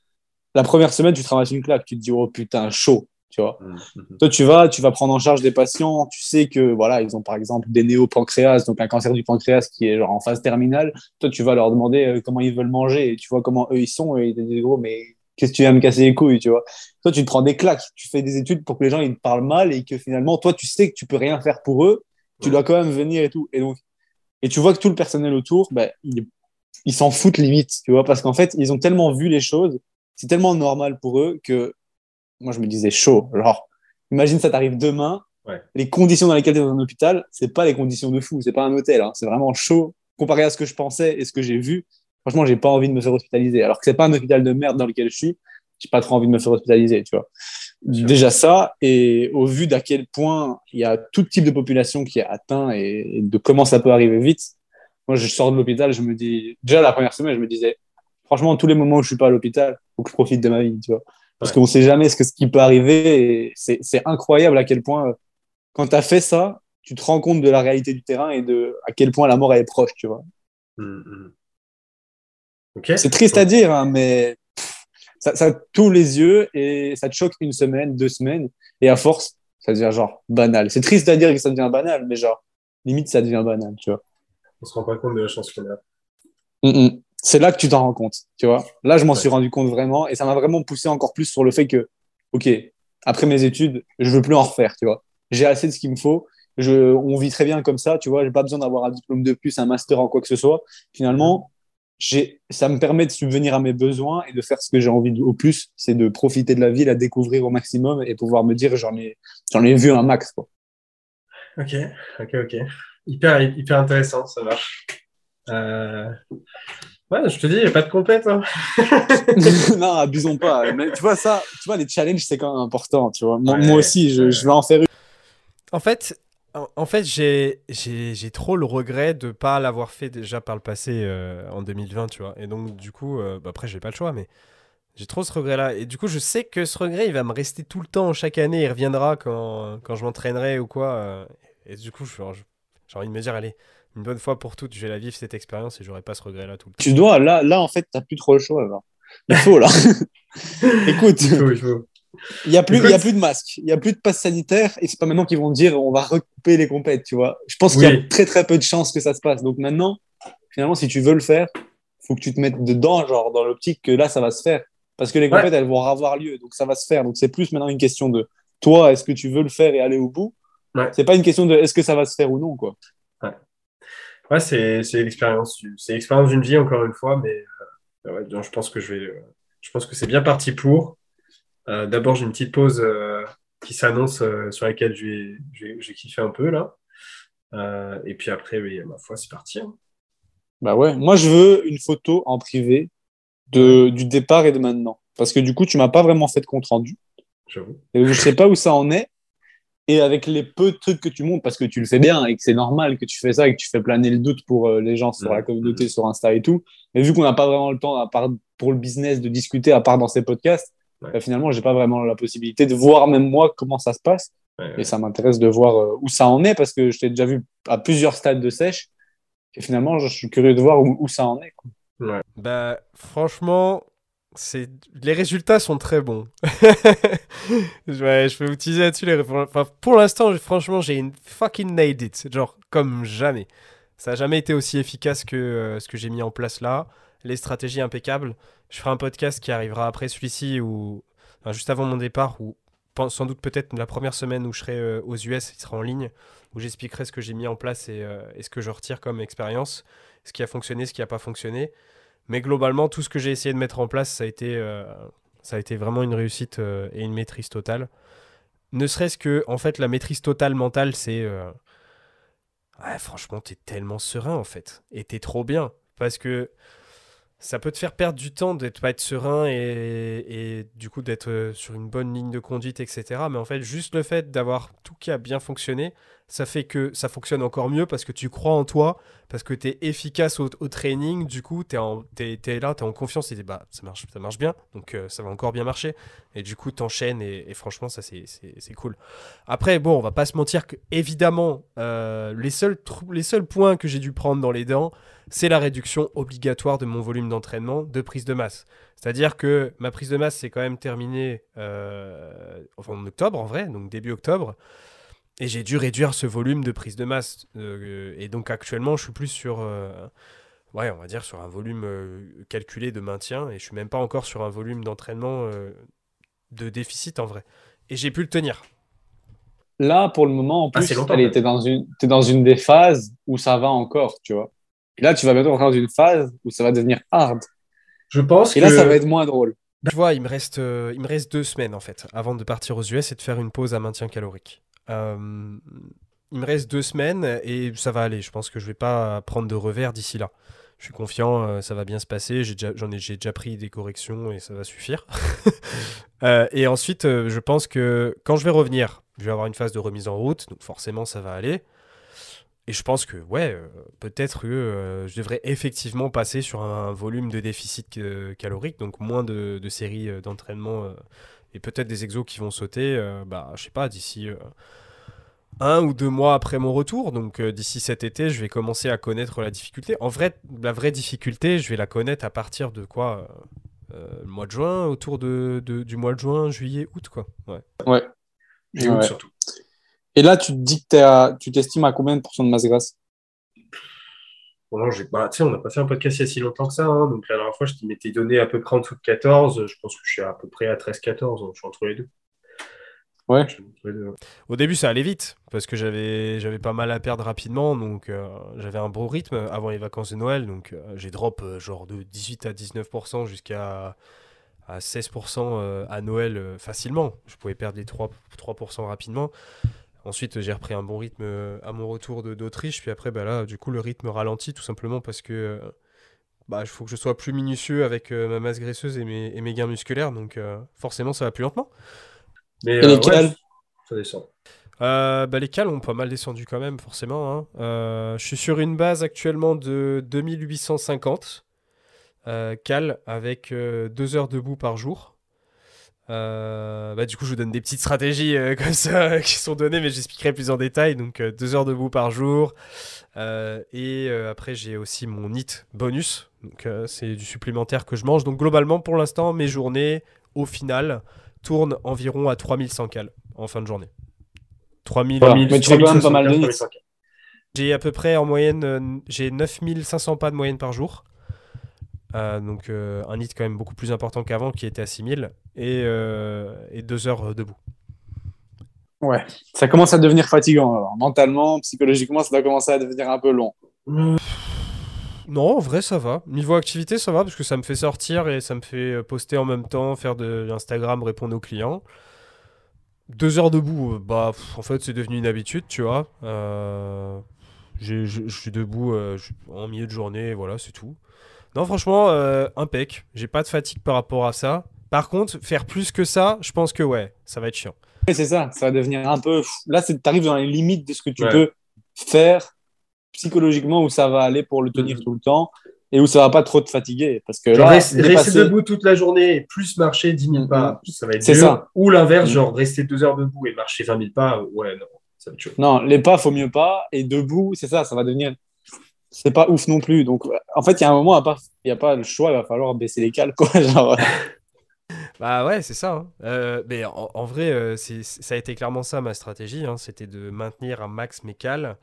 La première semaine, tu te ramasses une claque. Tu te dis, oh putain, chaud, tu vois. Mhm, mhm. Toi, tu vas, tu vas prendre en charge des patients. Tu sais que, voilà, ils ont par exemple des néopancréas, donc un cancer du pancréas qui est genre en phase terminale. Toi, tu vas leur demander euh, comment ils veulent manger et tu vois comment eux ils sont et ils te disent, gros, mais qu'est-ce que tu viens me casser les couilles, tu vois. Toi, tu te prends des claques. Tu fais des études pour que les gens ils te parlent mal et que finalement, toi, tu sais que tu peux rien faire pour eux. Tu Ouais. dois quand même venir et tout. Et donc, et tu vois que tout le personnel autour, bah, ils ils s'en foutent limite, tu vois, parce qu'en fait, ils ont tellement vu les choses, c'est tellement normal pour eux que moi, je me disais chaud. Genre, imagine ça t'arrive demain, Ouais. les conditions dans lesquelles tu es dans un hôpital, c'est pas les conditions de fou, c'est pas un hôtel, hein, c'est vraiment chaud comparé à ce que je pensais et ce que j'ai vu. Franchement, j'ai pas envie de me faire hospitaliser. Alors que c'est pas un hôpital de merde dans lequel je suis, j'ai pas trop envie de me faire hospitaliser, tu vois. Bien sûr. Déjà ça, et au vu d'à quel point il y a tout type de population qui est atteint et, et de comment ça peut arriver vite, moi je sors de l'hôpital, je me dis, déjà la première semaine, je me disais, franchement, tous les moments où je suis pas à l'hôpital, faut que je profite de ma vie, tu vois. Parce Ouais. qu'on sait jamais ce, que, ce qui peut arriver, et c'est, c'est incroyable à quel point, euh, quand tu as fait ça, tu te rends compte de la réalité du terrain et de à quel point la mort elle est proche, tu vois. Mhm, mhm. Ok. C'est triste à dire, hein, mais ça, ça t'ouvre les yeux et ça te choque une semaine, deux semaines, et à force, ça devient genre banal. C'est triste à dire que ça devient banal, mais genre, limite, ça devient banal, tu vois. On se rend pas compte de la chance qu'on a. Mm-mm. C'est là que tu t'en rends compte, tu vois. Là, je m'en suis Ouais. rendu compte vraiment, et ça m'a vraiment poussé encore plus sur le fait que, ok, après mes études, je veux plus en refaire, tu vois. J'ai assez de ce qu'il me faut, je, on vit très bien comme ça, tu vois, j'ai pas besoin d'avoir un diplôme de plus, un master en quoi que ce soit. Finalement, j'ai, ça me permet de subvenir à mes besoins et de faire ce que j'ai envie de- au plus, c'est de profiter de la vie, la découvrir au maximum et pouvoir me dire j'en ai, j'en ai vu un max, quoi. Ok, ok, ok. Hyper, hyper intéressant, ça marche. Euh, Ouais, je te dis, il n'y a pas de compète. Hein. Non, abusons pas. Mais tu vois, ça, tu vois, les challenges, c'est quand même important, tu vois. Moi, moi Ouais, aussi, je, je ouais. vais en faire une. En fait, en, en fait j'ai, j'ai, j'ai trop le regret de pas l'avoir fait déjà par le passé euh, en deux mille vingt, tu vois. Et donc, du coup, euh, bah, après, j'ai pas le choix, mais j'ai trop ce regret-là. Et du coup, je sais que ce regret, il va me rester tout le temps, chaque année. Il reviendra quand, quand je m'entraînerai ou quoi. euh. Et du coup, je- je- j'ai envie de me dire, allez, une bonne fois pour toutes, je vais la vivre cette expérience et j'aurai pas ce regret-là tout le temps. Tu dois, là, là, en fait, t'as plus trop le choix, là. Il faut, là. Écoute, Il faut, il faut. il y a plus, il y Écoute, a plus de masques, il y a plus de passe sanitaire et c'est pas maintenant qu'ils vont dire on va recouper les compètes, tu vois. Je pense qu'il y a oui, très, très peu de chances que ça se passe. Donc maintenant, finalement, si tu veux le faire, faut que tu te mettes dedans, genre, dans l'optique que là, ça va se faire. Parce que les ouais, compètes, elles vont avoir lieu, donc ça va se faire. Donc c'est plus maintenant une question de toi, est-ce que tu veux le faire et aller au bout? ouais, C'est pas une question de est-ce que ça va se faire ou non, quoi. ouais. Ouais, c'est, c'est l'expérience. du- C'est l'expérience d'une vie, encore une fois, mais euh, ouais, donc je pense que je vais, euh, je pense que c'est bien parti pour. Euh, d'abord, j'ai une petite pause euh, qui s'annonce euh, sur laquelle je vais, je vais, je vais kiffer un peu, là. Euh, et puis après, oui, ma foi, c'est parti. Hein. Bah ouais, moi je veux une photo en privé Ouais, de, du départ et de maintenant. Parce que du coup, tu m'as pas vraiment fait de compte rendu. j'avoue. Et je sais pas où ça en est. Et avec les peu de trucs que tu montres, parce que tu le fais bien et que c'est normal que tu fais ça et que tu fais planer le doute pour euh, les gens sur la Mhm, communauté, mhm. sur Insta et tout. Mais vu qu'on n'a pas vraiment le temps, à part pour le business, de discuter, à part dans ces podcasts, Ouais, bah, finalement, j'ai pas vraiment la possibilité de voir même moi comment ça se passe. ouais, Et ouais. ça m'intéresse de voir euh, où ça en est parce que je t'ai déjà vu à plusieurs stades de sèche. Et finalement, je suis curieux de voir où, où ça en est, quoi. Ouais. Bah, franchement, c'est... les résultats sont très bons. Ouais, je peux vous teaser là-dessus. Les... Enfin, pour l'instant, franchement, j'ai une fucking nailed it. Genre, comme jamais. Ça n'a jamais été aussi efficace que euh, ce que j'ai mis en place là. Les stratégies impeccables. Je ferai un podcast qui arrivera après celui-ci, ou enfin, juste avant mon départ, ou pen- sans doute peut-être la première semaine où je serai euh, aux U S, il sera en ligne, où j'expliquerai ce que j'ai mis en place et, euh, et ce que je retire comme expérience, ce qui a fonctionné, ce qui n'a pas fonctionné. Mais globalement, tout ce que j'ai essayé de mettre en place, ça a été, euh, ça a été vraiment une réussite euh, et une maîtrise totale. Ne serait-ce que, en fait, la maîtrise totale mentale, c'est... euh, ouais, franchement, t'es tellement serein, en fait. Et t'es trop bien. Parce que ça peut te faire perdre du temps d'être pas être serein et, et du coup d'être euh, sur une bonne ligne de conduite, et cetera. Mais en fait, juste le fait d'avoir tout qui a bien fonctionné, ça fait que ça fonctionne encore mieux parce que tu crois en toi, parce que tu es efficace au, au training. Du coup, tu es, es, là, tu es en confiance et bah, ça, marche, ça marche bien, donc euh, ça va encore bien marcher. Et du coup, tu enchaînes et, et franchement, ça c'est cool. Après, bon, on va pas se mentir que, évidemment, euh, les, seuls les seuls points que j'ai dû prendre dans les dents, c'est la réduction obligatoire de mon volume d'entraînement de prise de masse. C'est-à-dire que ma prise de masse s'est quand même terminée euh, en octobre, en vrai, donc début octobre, et j'ai dû réduire ce volume de prise de masse. Euh, et donc actuellement, je suis plus sur, euh, ouais, on va dire sur un volume euh, calculé de maintien, et je suis même pas encore sur un volume d'entraînement euh, de déficit en vrai. Et j'ai pu le tenir. Là, pour le moment, en Ah, c'est plus, longtemps allez, quand t'es même. dans une, t'es dans une des phases où ça va encore, tu vois. Et là, tu vas bientôt rentrer dans une phase où ça va devenir hard. Je pense Et là, ça va que être moins drôle. Tu vois, il me reste, euh, il me reste deux semaines en fait, avant de partir aux U S et de faire une pause à maintien calorique. Euh, il me reste deux semaines et ça va aller. Je pense que je vais pas prendre de revers d'ici là. Je suis confiant, euh, ça va bien se passer. J'ai déjà, j'en ai, j'ai déjà pris des corrections et ça va suffire. Euh, et ensuite, euh, je pense que quand je vais revenir, je vais avoir une phase de remise en route, donc forcément ça va aller. Et je pense que, ouais, euh, peut-être que euh, je devrais effectivement passer sur un volume de déficit euh, calorique, donc moins de, de séries euh, d'entraînement euh, et peut-être des exos qui vont sauter, euh, bah, je sais pas, d'ici euh, un ou deux mois après mon retour. Donc euh, d'ici cet été, je vais commencer à connaître la difficulté. En vrai, la vraie difficulté, je vais la connaître à partir de quoi euh, euh, le mois de juin, autour de, de- du mois de juin, juillet, août, quoi. Ouais. Ouais. j'ai août Ouais. surtout. Et là, tu te dis que t'es à- tu t'estimes à combien de pourcents de masse grasse? Bon, non, j'ai- bah, tu sais, on n'a pas fait un podcast il y a si longtemps que ça. Hein, donc la dernière fois, je m'étais donné à peu près en dessous de quatorze. Je pense que je suis à peu près à treize quatorze. Donc je suis entre les deux. Ouais. Au début, ça allait vite parce que j'avais j'avais pas mal à perdre rapidement, donc euh, j'avais un bon rythme avant les vacances de Noël, donc euh, j'ai drop euh, genre de dix-huit à dix-neuf pour cent jusqu'à à seize pour cent euh, à Noël euh, facilement. Je pouvais perdre les trois, trois pour cent rapidement. Ensuite, j'ai repris un bon rythme euh, à mon retour de- d'Autriche, puis après, bah là, du coup, le rythme ralentit tout simplement parce que euh, bah, il faut que je sois plus minutieux avec euh, ma masse graisseuse et mes, et mes gains musculaires, donc euh, forcément, ça va plus lentement. Mais Et euh, les ouais, cales? ça descend. Euh, bah, les cales ont pas mal descendu quand même, forcément, hein. Euh, je suis sur une base actuellement de deux mille huit cent cinquante euh, cales avec euh, deux heures debout par jour. Euh, bah, du coup, je vous donne des petites stratégies euh, comme ça qui sont données, mais j'expliquerai plus en détail. Donc, euh, deux heures debout par jour. Euh, et euh, après, j'ai aussi mon N I T bonus. Donc, euh, c'est du supplémentaire que je mange. Donc, globalement, pour l'instant, mes journées, au final, tournent environ à trois mille cent cales en fin de journée. trois mille. Voilà. Mais tu fais quand même pas mal de trois mille nits. soixante-quinze, J'ai à peu près en moyenne, euh, j'ai neuf mille cinq cents pas de moyenne par jour. Euh, donc euh, un N I T quand même beaucoup plus important qu'avant qui était à six mille et, euh, et deux heures euh, debout. Ouais. Ça commence à devenir fatigant. Alors. Mentalement, psychologiquement, ça doit commencer à devenir un peu long. Non, en vrai ça va. Niveau activité ça va parce que ça me fait sortir et ça me fait euh, poster en même temps, faire de l'Instagram, répondre aux clients. Deux heures debout, euh, bah pff, en fait c'est devenu une habitude, tu vois. Euh, j'ai- je je suis debout euh, je- en milieu de journée, voilà c'est tout. Non franchement, euh, impec. J'ai pas de fatigue par rapport à ça. Par contre, faire plus que ça, je pense que ouais, ça va être chiant. Ouais, c'est ça. Ça va devenir un peu. Là, tu arrives dans les limites de ce que tu Ouais. peux faire psychologiquement, où ça va aller pour le tenir Mhm. tout le temps et où ça va pas trop te fatiguer. Parce que Genre là, rester, rester dépasser. debout toute la journée et plus marcher dix mille Mm, mm. pas, ça va être C'est dur. ça. Ou l'inverse, Mm. genre rester deux heures debout et marcher vingt mille pas, ouais, non, ça va être chaud. Non, les pas, faut mieux pas. Et debout, c'est ça, ça va devenir. C'est pas ouf non plus. Donc, en fait, il y a un moment, à part, il n'y a pas le choix, il va falloir baisser les cales, quoi. Genre, Bah ouais, c'est ça, hein. Euh, mais en, en vrai, euh, c'est- c'est- ça a été clairement ça ma stratégie, hein. C'était de maintenir un max mes cales,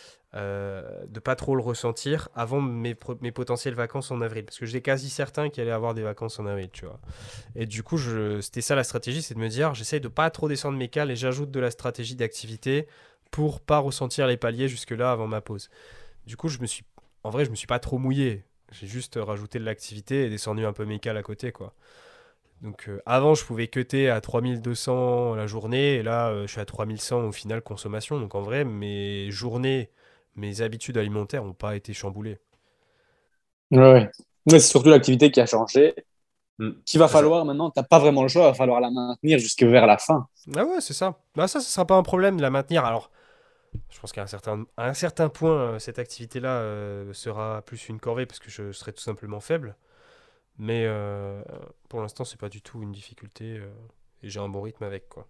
euh, de pas trop le ressentir avant mes, pro- mes potentielles vacances en avril. Parce que j'étais quasi certain qu'il allait avoir des vacances en avril, tu vois. Et du coup, je, c'était ça la stratégie, c'est de me dire, j'essaye de pas trop descendre mes cales et j'ajoute de la stratégie d'activité pour pas ressentir les paliers jusque-là avant ma pause. Du coup, je me suis, en vrai, je me suis pas trop mouillé. J'ai juste rajouté de l'activité et descendu un peu mes cales à côté, quoi. Donc euh, avant, je pouvais cutter à trois mille deux cents la journée, et là, euh, je suis à trois mille cent au final consommation. Donc en vrai, mes journées, mes habitudes alimentaires n'ont pas été chamboulées. ouais, ouais. Mais c'est surtout l'activité qui a changé. Mm. Qu'il va C'est ça. falloir maintenant, t'as pas vraiment le choix, il va falloir la maintenir jusque vers la fin. Ah ouais, c'est ça. Bah ça, ce sera pas un problème de la maintenir. Alors, je pense qu'à un certain, à un certain point, euh, cette activité-là euh, sera plus une corvée parce que je serai tout simplement faible. Mais euh, pour l'instant, c'est pas du tout une difficulté euh, et j'ai un bon rythme avec, quoi.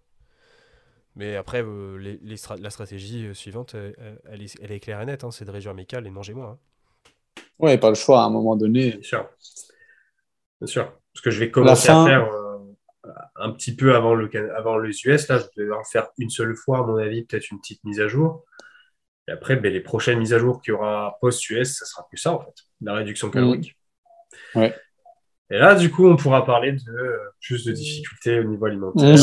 Mais après, euh, les, les stra- la stratégie euh, suivante, euh, euh, elle, est, elle est claire et nette, hein, c'est de réduire mes cales et de manger moins, hein. Ouais, pas le choix à un moment donné. Bien sûr. Bien sûr. Ce que je vais La commencer à fin, faire euh, un petit peu avant, le, Can- avant les U S, là, je vais en faire une seule fois, à mon avis, peut-être une petite mise à jour. Et après, ben, les prochaines mises à jour qu'il y aura post-U S, ça sera plus ça, en fait, la réduction mm, calorique. ouais. Et là, du coup, on pourra parler de euh, plus de difficultés au niveau alimentaire.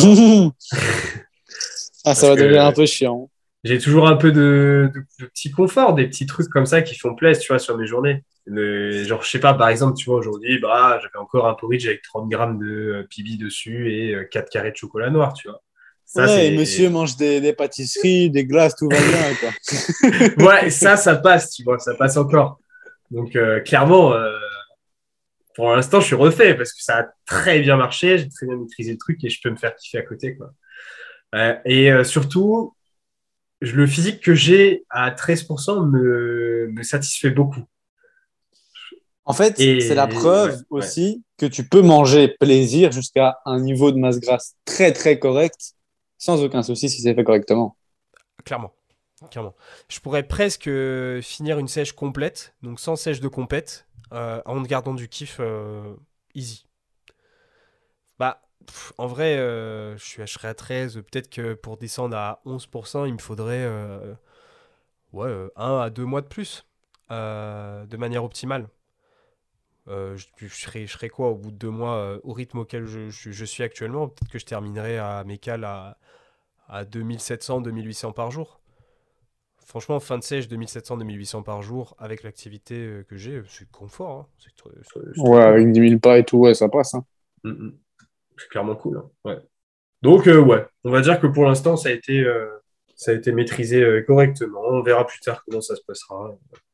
Ah, ça Parce va devenir un que peu chiant. j'ai toujours un peu de, de, de petits conforts, des petits trucs comme ça qui font plaisir, tu vois, sur mes journées. Le- genre, je sais pas, par exemple, tu vois, aujourd'hui, bah, j'avais encore un porridge avec trente grammes de euh, pibi dessus et euh, quatre carrés de chocolat noir, tu vois. Ça, Ouais, et monsieur c'est. mange des, des pâtisseries, des glaces, tout va bien, quoi. Ouais, ça, ça passe, tu vois, ça passe encore. Donc, euh, clairement, euh, pour l'instant, je suis refait parce que ça a très bien marché, j'ai très bien maîtrisé le truc et je peux me faire kiffer à côté, quoi. Euh, et euh, surtout, je- le physique que j'ai à treize pour cent me, me satisfait beaucoup. En fait, c'est la Et ouais, preuve ouais. aussi que tu peux manger plaisir jusqu'à un niveau de masse grasse très, très correct, sans aucun souci si c'est fait correctement. Clairement. Clairement. Je pourrais presque euh, finir une sèche complète, donc sans sèche de compète, euh, en gardant du kiff euh, easy. Bah, pff, en vrai, euh, je suis, je serais à treize. Peut-être que pour descendre à onze pour cent, il me faudrait euh, ouais, euh, un à deux mois de plus, euh, de manière optimale. Euh, je, je serais, je serais quoi au bout de deux mois euh, au rythme auquel je, je- je suis actuellement? Peut-être que je terminerai à mes cales à, à deux mille sept cents, deux mille huit cents par jour. Franchement, fin de sèche, deux mille sept cents, deux mille huit cents par jour, avec l'activité euh, que j'ai, c'est confort. Hein. C'est très- c'est- c'est Ouais, très avec cool. dix mille pas et tout, ouais, ça passe. Hein. Mm, mm. C'est clairement cool. Hein. Ouais. Donc, euh, ouais, on va dire que pour l'instant, ça a été, euh, ça a été maîtrisé euh, correctement. On verra plus tard comment ça se passera.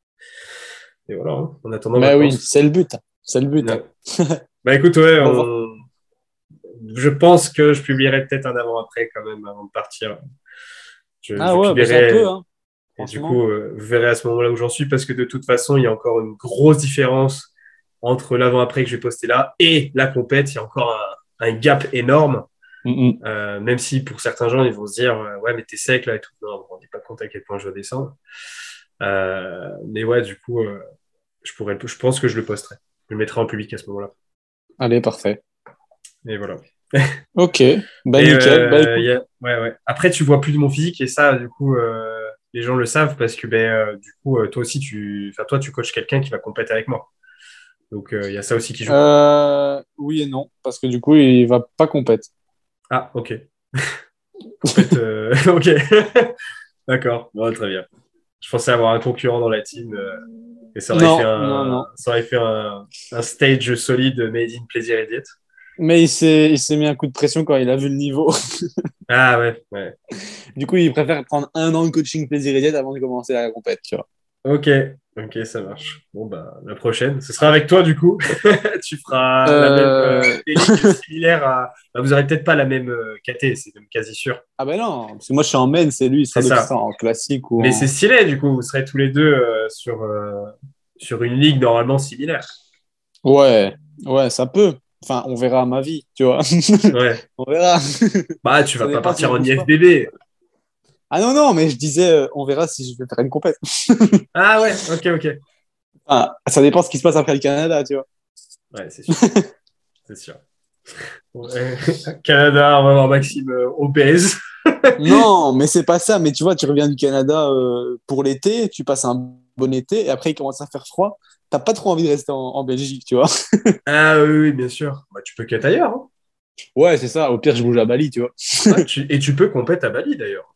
Et voilà, hein. En attendant, Mais oui, vacances. c'est le but. C'est le but. Ouais. Bah écoute, ouais, On va voir. on- je pense que je publierai peut-être un avant-après quand même avant de partir. Je, Ah je ouais, bah ça peut, publierai, hein, et du franchement. coup, euh, vous verrez à ce moment-là où j'en suis parce que de toute façon, il y a encore une grosse différence entre l'avant-après que je vais poster là et la compète. Il y a encore un, un gap énorme. Mm, Euh, même si pour certains gens, ils vont se dire euh, ouais, mais t'es sec là et tout. Non, on ne rend pas compte à quel point je redescends. Euh, mais ouais, du coup, euh, je pourrais, je pense que je le posterai. Je le mettrai en public à ce moment-là. Allez, parfait. Et voilà. Ok, bah Et nickel. Bah euh, écoute, y a- ouais, ouais. Après, tu vois plus de mon physique et ça, du coup, euh, les gens le savent parce que ben, euh, du coup, euh, toi aussi, tu, enfin, toi, tu coaches quelqu'un qui va compéter avec moi. Donc, il y a ça aussi qui joue. euh, oui et non, parce que du coup, il va pas compète. Ah, ok. Compète, euh, ok. D'accord. Bon, très bien. Je pensais avoir un concurrent dans la team euh, et ça aurait fait Non, non, un, non. ça aurait fait un, un stage solide made in plaisir et diète. Mais il s'est, il s'est mis un coup de pression quand il a vu le niveau. Ah ouais, ouais. Du coup, il préfère prendre un an de coaching plaisir et diète avant de commencer la compète, tu vois. Ok, ok, ça marche. Bon, bah, la prochaine, ce sera avec toi, du coup. Tu feras la même euh, Euh... des lignes similaires à. Bah, vous n'aurez peut-être pas la même euh, K T, c'est même quasi sûr. Ah ben non, parce que moi je suis en main, c'est lui, il sera C'est d'autres ça. ça en classique ou Mais c'est en... stylé, du coup, vous serez tous les deux euh, sur, euh, sur une ligue normalement similaire. Ouais, ouais, ça peut. Enfin, on verra à ma vie, tu vois. Ouais. On verra. Bah, tu vas Ça pas dépend si partir je en bouge pas. I F B B. Ah non, non, mais je disais, euh, on verra si je vais faire une compète. Ah ouais, ok, ok. Ah, ça dépend ce qui se passe après le Canada, tu vois. Ouais, c'est sûr. C'est sûr. Ouais. Canada, on va voir Maxime euh, obèse. Non, mais c'est pas ça. Mais tu vois, tu reviens du Canada euh, pour l'été, tu passes un bon été, et après il commence à faire froid. T'as pas trop envie de rester en, en Belgique, tu vois. Ah oui, oui, bien sûr. Bah, tu peux cut ailleurs. Hein. Ouais, c'est ça. Au pire, je bouge à Bali, tu vois. Ouais, tu- Et tu peux compète à Bali d'ailleurs.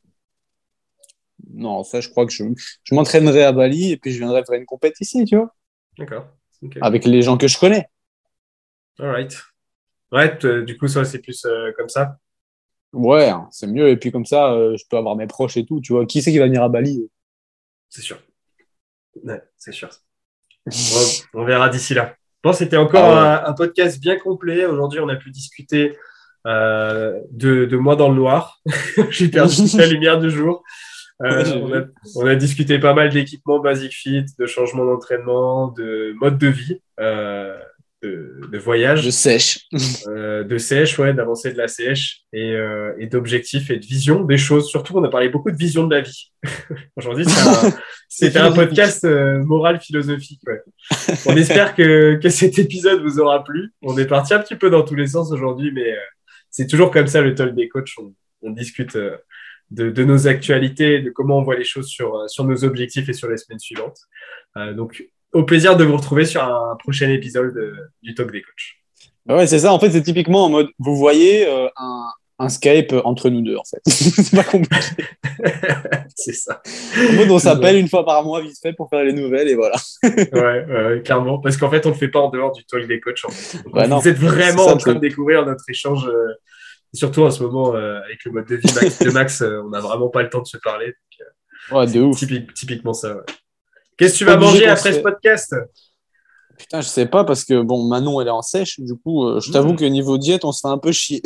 Non, ça, je crois que je, je m'entraînerai à Bali et puis je viendrai faire une compète ici, tu vois. D'accord. Ok. Avec les gens que je connais. All right. Ouais, t- du coup, ça, c'est plus euh, comme ça. Ouais, hein, c'est mieux. Et puis comme ça, euh, je peux avoir mes proches et tout, tu vois. Qui c'est qui va venir à Bali? C'est sûr. Ouais, c'est sûr. Bon, on verra d'ici là. Bon, c'était encore Ah ouais. un, un podcast bien complet. Aujourd'hui, on a pu discuter euh, de, de moi dans le noir. J'ai perdu toute la lumière du jour. Ouais, Euh, j'ai on a, vu. on a discuté pas mal d'équipements Basic Fit, de changements d'entraînement, de mode de vie, euh, de, de De voyage, sèche. euh, de sèche, ouais, d'avancée de la sèche et, euh, et d'objectifs et de vision des choses. Surtout, on a parlé beaucoup de vision de la vie. Aujourd'hui, c'est un, C'est c'était un philosophique. podcast euh, moral philosophique. Ouais. On espère que, que cet épisode vous aura plu. On est parti un petit peu dans tous les sens aujourd'hui, mais euh, c'est toujours comme ça le talk des coachs. On, on discute euh, de, de nos actualités, de comment on voit les choses sur, euh, sur nos objectifs et sur les semaines suivantes. Euh, donc, au plaisir de vous retrouver sur un prochain épisode de- du talk des coachs. Bah ouais, c'est ça. En fait, c'est typiquement en mode, vous voyez euh, un, un Skype entre nous deux, en fait. C'est pas compliqué. C'est ça. En mode, on C'est ça. s'appelle une fois par mois, vite fait, pour faire les nouvelles, et voilà. Ouais, ouais, ouais, clairement. Parce qu'en fait, on ne le fait pas en dehors du talk des coachs. En fait. Donc, Bah vous non, êtes c'est vraiment ça en le train de truc. découvrir notre échange. Euh, et surtout en ce moment, euh, avec le mode de vie Max, de Max, euh, on n'a vraiment pas le temps de se parler. Donc, euh, Ouais, de c'est ouf. typique, typiquement ça. Ouais. Qu'est-ce que tu vas Obligé manger qu'on se après ce fait. podcast? Putain, je sais pas, parce que, bon, Manon, elle est en sèche. Du coup, euh, je t'avoue Mmh. que niveau diète, on se fait un peu chier.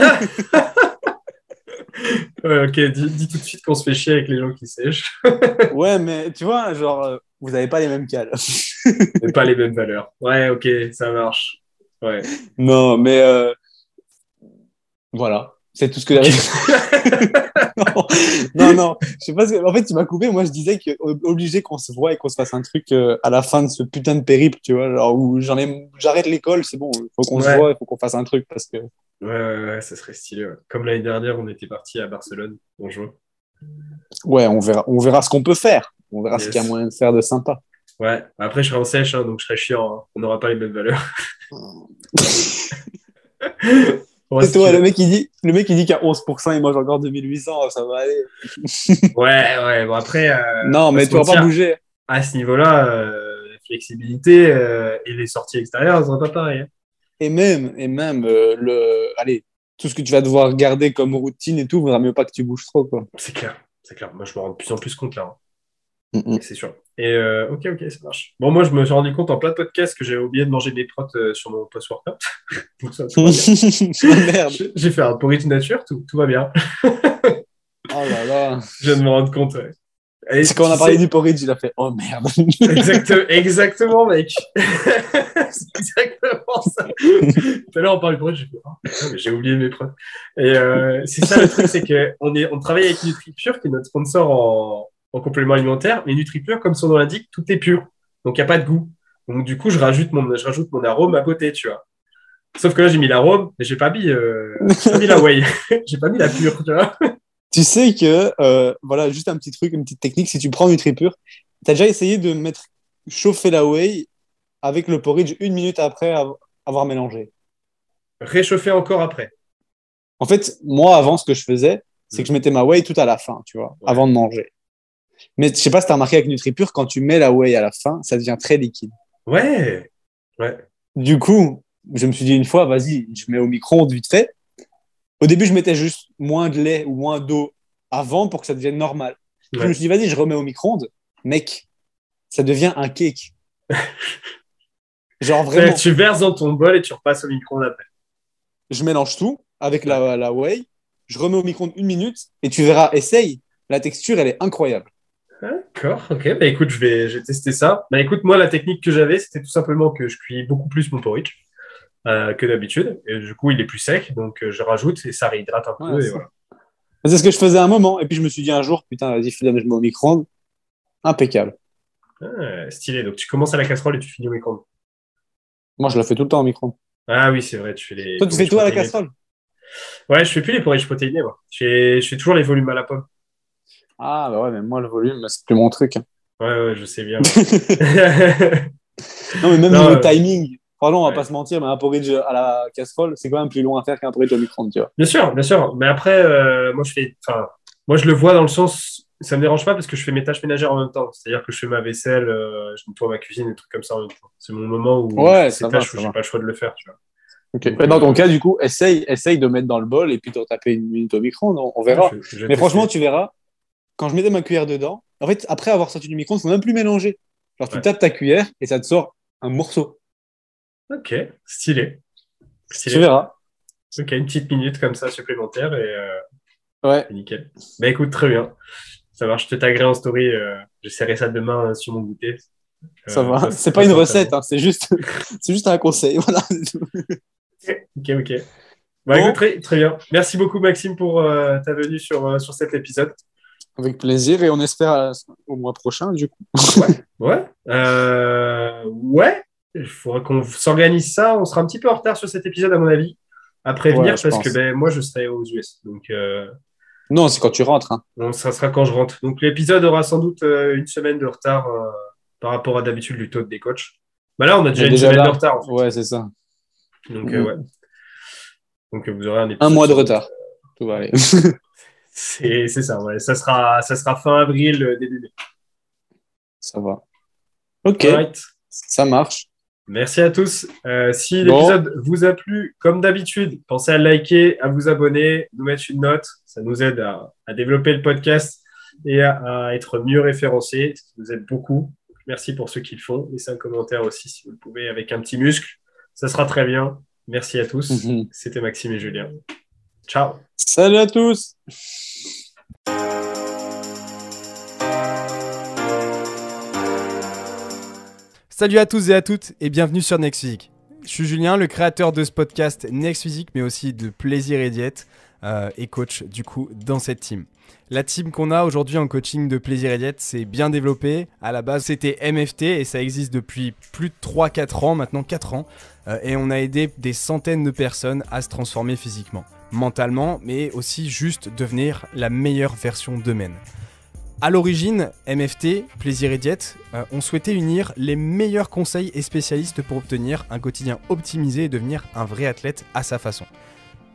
Ouais, ok, dis, dis tout de suite qu'on se fait chier avec les gens qui sèchent. Ouais, mais tu vois, genre, euh, vous avez pas les mêmes cales. Mais pas les mêmes valeurs. Ouais, ok, ça marche. Ouais. Non, mais euh, voilà. C'est tout ce que Ok. j'avais. Non, non, non. Je sais pas ce que... En fait, tu m'as coupé. Moi, je disais que ob- obligé qu'on se voit et qu'on se fasse un truc euh, à la fin de ce putain de périple, tu vois. Genre où j'en ai... j'arrête l'école, c'est bon. Il faut qu'on se Ouais. voit, il faut qu'on fasse un truc parce que. Ouais, ouais, ouais, ça serait stylé. Ouais. Comme l'année dernière, on était parti à Barcelone. Bonjour. Ouais, on verra, on verra ce qu'on peut faire. On verra ce qu'il y a Yes. moyen de faire de sympa. Ouais. Après, je serai en sèche, hein, donc je serai chiant. Hein. On n'aura pas les mêmes valeurs. Et toi, le mec, il dit, le mec, il dit qu'à onze pour cent, il mange encore deux mille huit cents, ça va aller. Ouais, ouais, bon après. Euh, non, mais tu vas pas bouger. À ce niveau-là, euh, la flexibilité euh, et les sorties extérieures, elles sont pas pareilles. Hein. Et même, et même euh, le, allez, tout ce que tu vas devoir garder comme routine et tout, il vaudra mieux pas que tu bouges trop, quoi. C'est clair, c'est clair. Moi, je me rends de plus en plus compte là. Hein. Mm-hmm. C'est sûr. Et euh, ok, ok, ça marche. Bon, moi, je me suis rendu compte en plein podcast que j'avais oublié de manger des protes euh, sur mon post-workout. Donc, ça, tout va bien. Merde. J'ai fait un porridge nature, tout, tout va bien. Oh là là. Je viens de me rendre compte. Ouais. Et c'est quand on a parlé sais... du porridge, il a fait oh merde. Exactement, exactement mec. C'est exactement ça. Tout à l'heure, on parlait du porridge, j'ai fait oh, putain, mais j'ai oublié mes protes. Et euh, c'est ça le truc, c'est qu'on est, on travaille avec NutriPure, qui est notre sponsor en. en complément alimentaire, mais NutriPure, comme son nom l'indique, tout est pur. Donc, il n'y a pas de goût. Donc, du coup, je rajoute mon, je rajoute mon arôme à côté, tu vois. Sauf que là, j'ai mis l'arôme, mais j'ai pas mis, euh, j'ai pas mis la whey. J'ai pas mis la pure, tu vois. Tu sais que, euh, voilà, juste un petit truc, une petite technique, si tu prends NutriPure, tu as déjà essayé de mettre chauffer la whey avec le porridge une minute après avoir mélangé. Réchauffer encore après. En fait, moi, avant, ce que je faisais, c'est mmh. que je mettais ma whey tout à la fin, tu vois, ouais. avant de manger. Mais je sais pas si tu as remarqué avec NutriPure, quand tu mets la whey à la fin, ça devient très liquide. Ouais, ouais. Du coup, je me suis dit une fois, vas-y, je mets au micro-ondes vite fait. Au début, je mettais juste moins de lait ou moins d'eau avant pour que ça devienne normal. Ouais. Je me suis dit, vas-y, je remets au micro-ondes. Mec, ça devient un cake. Genre vraiment. Tu verses dans ton bol et tu repasses au micro-ondes après. Je mélange tout avec la, la whey. Je remets au micro-ondes une minute et tu verras, essaye. La texture, elle est incroyable. D'accord, ok. Bah écoute, je vais, je vais tester ça. Bah écoute, moi, la technique que j'avais, c'était tout simplement que je cuis beaucoup plus mon porridge euh, que d'habitude. Et du coup, il est plus sec, donc euh, je rajoute et ça réhydrate un peu. Ouais, et voilà. C'est ce que je faisais à un moment. Et puis, je me suis dit un jour, putain, vas-y, je mets au micro-ondes. Impeccable. Ah, stylé. Donc, tu commences à la casserole et tu finis au micro-ondes. Moi, je la fais tout le temps au micro-ondes. Ah oui, c'est vrai. Tu fais les. Toi, tu fais tout à la casserole? Ouais, je fais plus les porridge protéinés, moi. Je fais, je fais toujours les volumes à la pomme. Ah, bah ouais, mais moi, le volume, c'est plus mon truc. Hein. Ouais, ouais, je sais bien. Ouais. Non, mais même non, niveau euh... timing, pardon, on va ouais. pas se mentir, mais un porridge à la casserole, c'est quand même plus long à faire qu'un porridge au micro-ondes, tu vois. Bien sûr, bien sûr. Mais après, euh, moi, je fais, enfin, moi, je le vois dans le sens, ça me dérange pas parce que je fais mes tâches ménagères en même temps. C'est-à-dire que je fais ma vaisselle, euh, je nettoie ma cuisine, des trucs comme ça en même temps. C'est mon moment où ouais, je fais ces tâches va, où j'ai pas le choix de le faire, tu vois. Okay. Donc, dans ton euh... cas, du coup, essaye, essaye de mettre dans le bol et puis de taper une minute au micro-ondes, on, on verra. Ouais, je, je mais franchement, tu verras, quand je mettais ma cuillère dedans, en fait, après avoir sorti du micro-ondes, il ne faut même plus mélanger. Genre, tu ouais. tapes ta cuillère et ça te sort un morceau. Ok, stylé. stylé. Tu verras. Ok, une petite minute comme ça supplémentaire et, euh... ouais. et nickel. Bah écoute, très bien. Ça marche, je te taguerai en story. Euh... J'essaierai ça demain euh, sur mon goûter. Ça euh, va. Ça, c'est pas une recette, hein, c'est juste, c'est juste un conseil. Voilà. Ok, ok. Bah, bon. écoute, très, très bien. Merci beaucoup, Maxime, pour euh, ta venue sur, euh, sur cet épisode. Avec plaisir et on espère à, au mois prochain, du coup. Ouais, ouais. Euh, ouais. Il faudrait qu'on s'organise ça. On sera un petit peu en retard sur cet épisode, à mon avis, à prévenir, ouais, parce pense. que ben, moi, je serai aux U S. Donc, euh... non, c'est quand tu rentres. Hein. Donc, ça sera quand je rentre. Donc, l'épisode aura sans doute euh, une semaine de retard euh, par rapport à d'habitude du taux des coachs. Bah là, on a déjà, une déjà semaine là. de retard. En fait. Ouais, c'est ça. Donc, mmh. euh, ouais. Donc, vous aurez un épisode. Un mois de retard. Tout va aller. c'est, c'est ça, ouais. Ça sera, ça sera fin avril, euh, début mai. Ça va. Ok. Right. Ça marche. Merci à tous. Euh, si bon. l'épisode vous a plu, comme d'habitude, pensez à liker, à vous abonner, nous mettre une note. Ça nous aide à, à développer le podcast et à, à être mieux référencé. Ça nous aide beaucoup. Merci pour ceux qui le font. Laissez un commentaire aussi si vous le pouvez avec un petit muscle. Ça sera très bien. Merci à tous. Mm-hmm. C'était Maxime et Julien. Ciao. Salut à tous. Salut à tous et à toutes et bienvenue sur Next Physique. Je suis Julien, le créateur de ce podcast Next Physique, mais aussi de Plaisir et Diète euh, et coach du coup dans cette team. La team qu'on a aujourd'hui en coaching de Plaisir et Diète, c'est bien développé. À la base, c'était M F T et ça existe depuis plus de trois quatre ans, maintenant quatre ans. Euh, et on a aidé des centaines de personnes à se transformer physiquement, mentalement, mais aussi juste devenir la meilleure version d'eux-mêmes. À l'origine, M F T, Plaisir et Diète, euh, on souhaitait unir les meilleurs conseils et spécialistes pour obtenir un quotidien optimisé et devenir un vrai athlète à sa façon.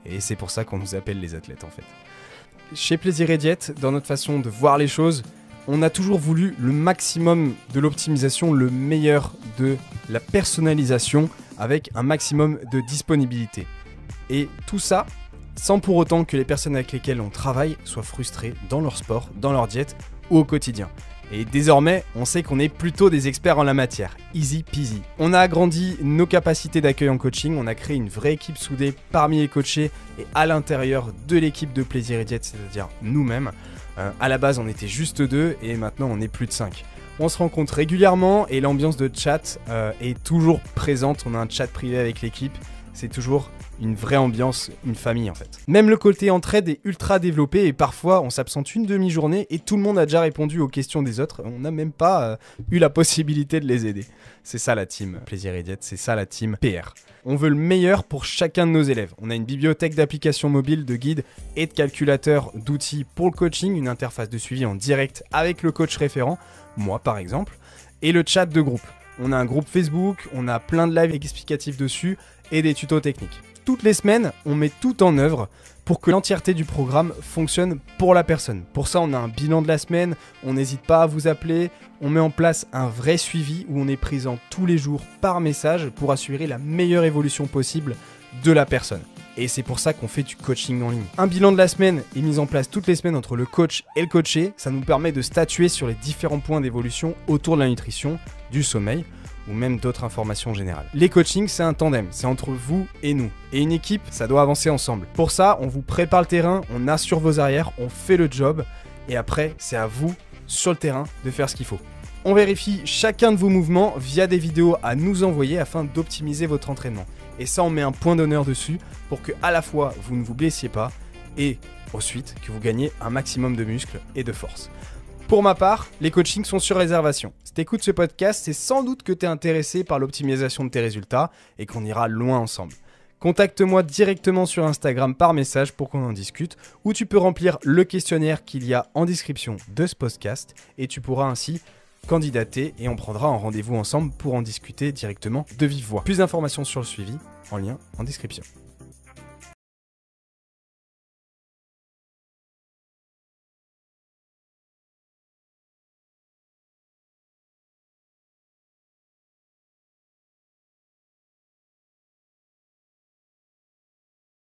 Et c'est pour ça qu'on nous appelle les athlètes en fait. Chez Plaisir et Diète, dans notre façon de voir les choses, on a toujours voulu le maximum de l'optimisation, le meilleur de la personnalisation avec un maximum de disponibilité. Et tout ça sans pour autant que les personnes avec lesquelles on travaille soient frustrées dans leur sport, dans leur diète ou au quotidien. Et désormais, on sait qu'on est plutôt des experts en la matière. Easy peasy. On a agrandi nos capacités d'accueil en coaching, on a créé une vraie équipe soudée parmi les coachés et à l'intérieur de l'équipe de Plaisir et Diète, c'est-à-dire nous-mêmes. Euh, à la base, on était juste deux et maintenant on est plus de cinq. On se rencontre régulièrement et l'ambiance de chat euh, est toujours présente. On a un chat privé avec l'équipe. C'est toujours une vraie ambiance, une famille en fait. Même le côté entraide est ultra développé et parfois on s'absente une demi-journée et tout le monde a déjà répondu aux questions des autres. On n'a même pas euh, eu la possibilité de les aider. C'est ça la team Plaisir et Diète, c'est ça la team P R. On veut le meilleur pour chacun de nos élèves. On a une bibliothèque d'applications mobiles, de guides et de calculateurs d'outils pour le coaching, une interface de suivi en direct avec le coach référent, moi par exemple, et le chat de groupe. On a un groupe Facebook, on a plein de lives explicatifs dessus et des tutos techniques. Toutes les semaines, on met tout en œuvre pour que l'entièreté du programme fonctionne pour la personne. Pour ça, on a un bilan de la semaine, on n'hésite pas à vous appeler, on met en place un vrai suivi où on est présent tous les jours par message pour assurer la meilleure évolution possible de la personne. Et c'est pour ça qu'on fait du coaching en ligne. Un bilan de la semaine est mis en place toutes les semaines entre le coach et le coaché. Ça nous permet de statuer sur les différents points d'évolution autour de la nutrition, du sommeil, ou même d'autres informations générales. Les coachings, c'est un tandem, c'est entre vous et nous. Et une équipe, ça doit avancer ensemble. Pour ça, on vous prépare le terrain, on assure vos arrières, on fait le job, et après, c'est à vous, sur le terrain, de faire ce qu'il faut. On vérifie chacun de vos mouvements via des vidéos à nous envoyer afin d'optimiser votre entraînement. Et ça, on met un point d'honneur dessus pour que à la fois, vous ne vous blessiez pas, et ensuite, que vous gagnez un maximum de muscles et de force. Pour ma part, les coachings sont sur réservation. Si tu écoutes ce podcast, c'est sans doute que tu es intéressé par l'optimisation de tes résultats et qu'on ira loin ensemble. Contacte-moi directement sur Instagram par message pour qu'on en discute, ou tu peux remplir le questionnaire qu'il y a en description de ce podcast et tu pourras ainsi candidater et on prendra un rendez-vous ensemble pour en discuter directement de vive voix. Plus d'informations sur le suivi en lien en description.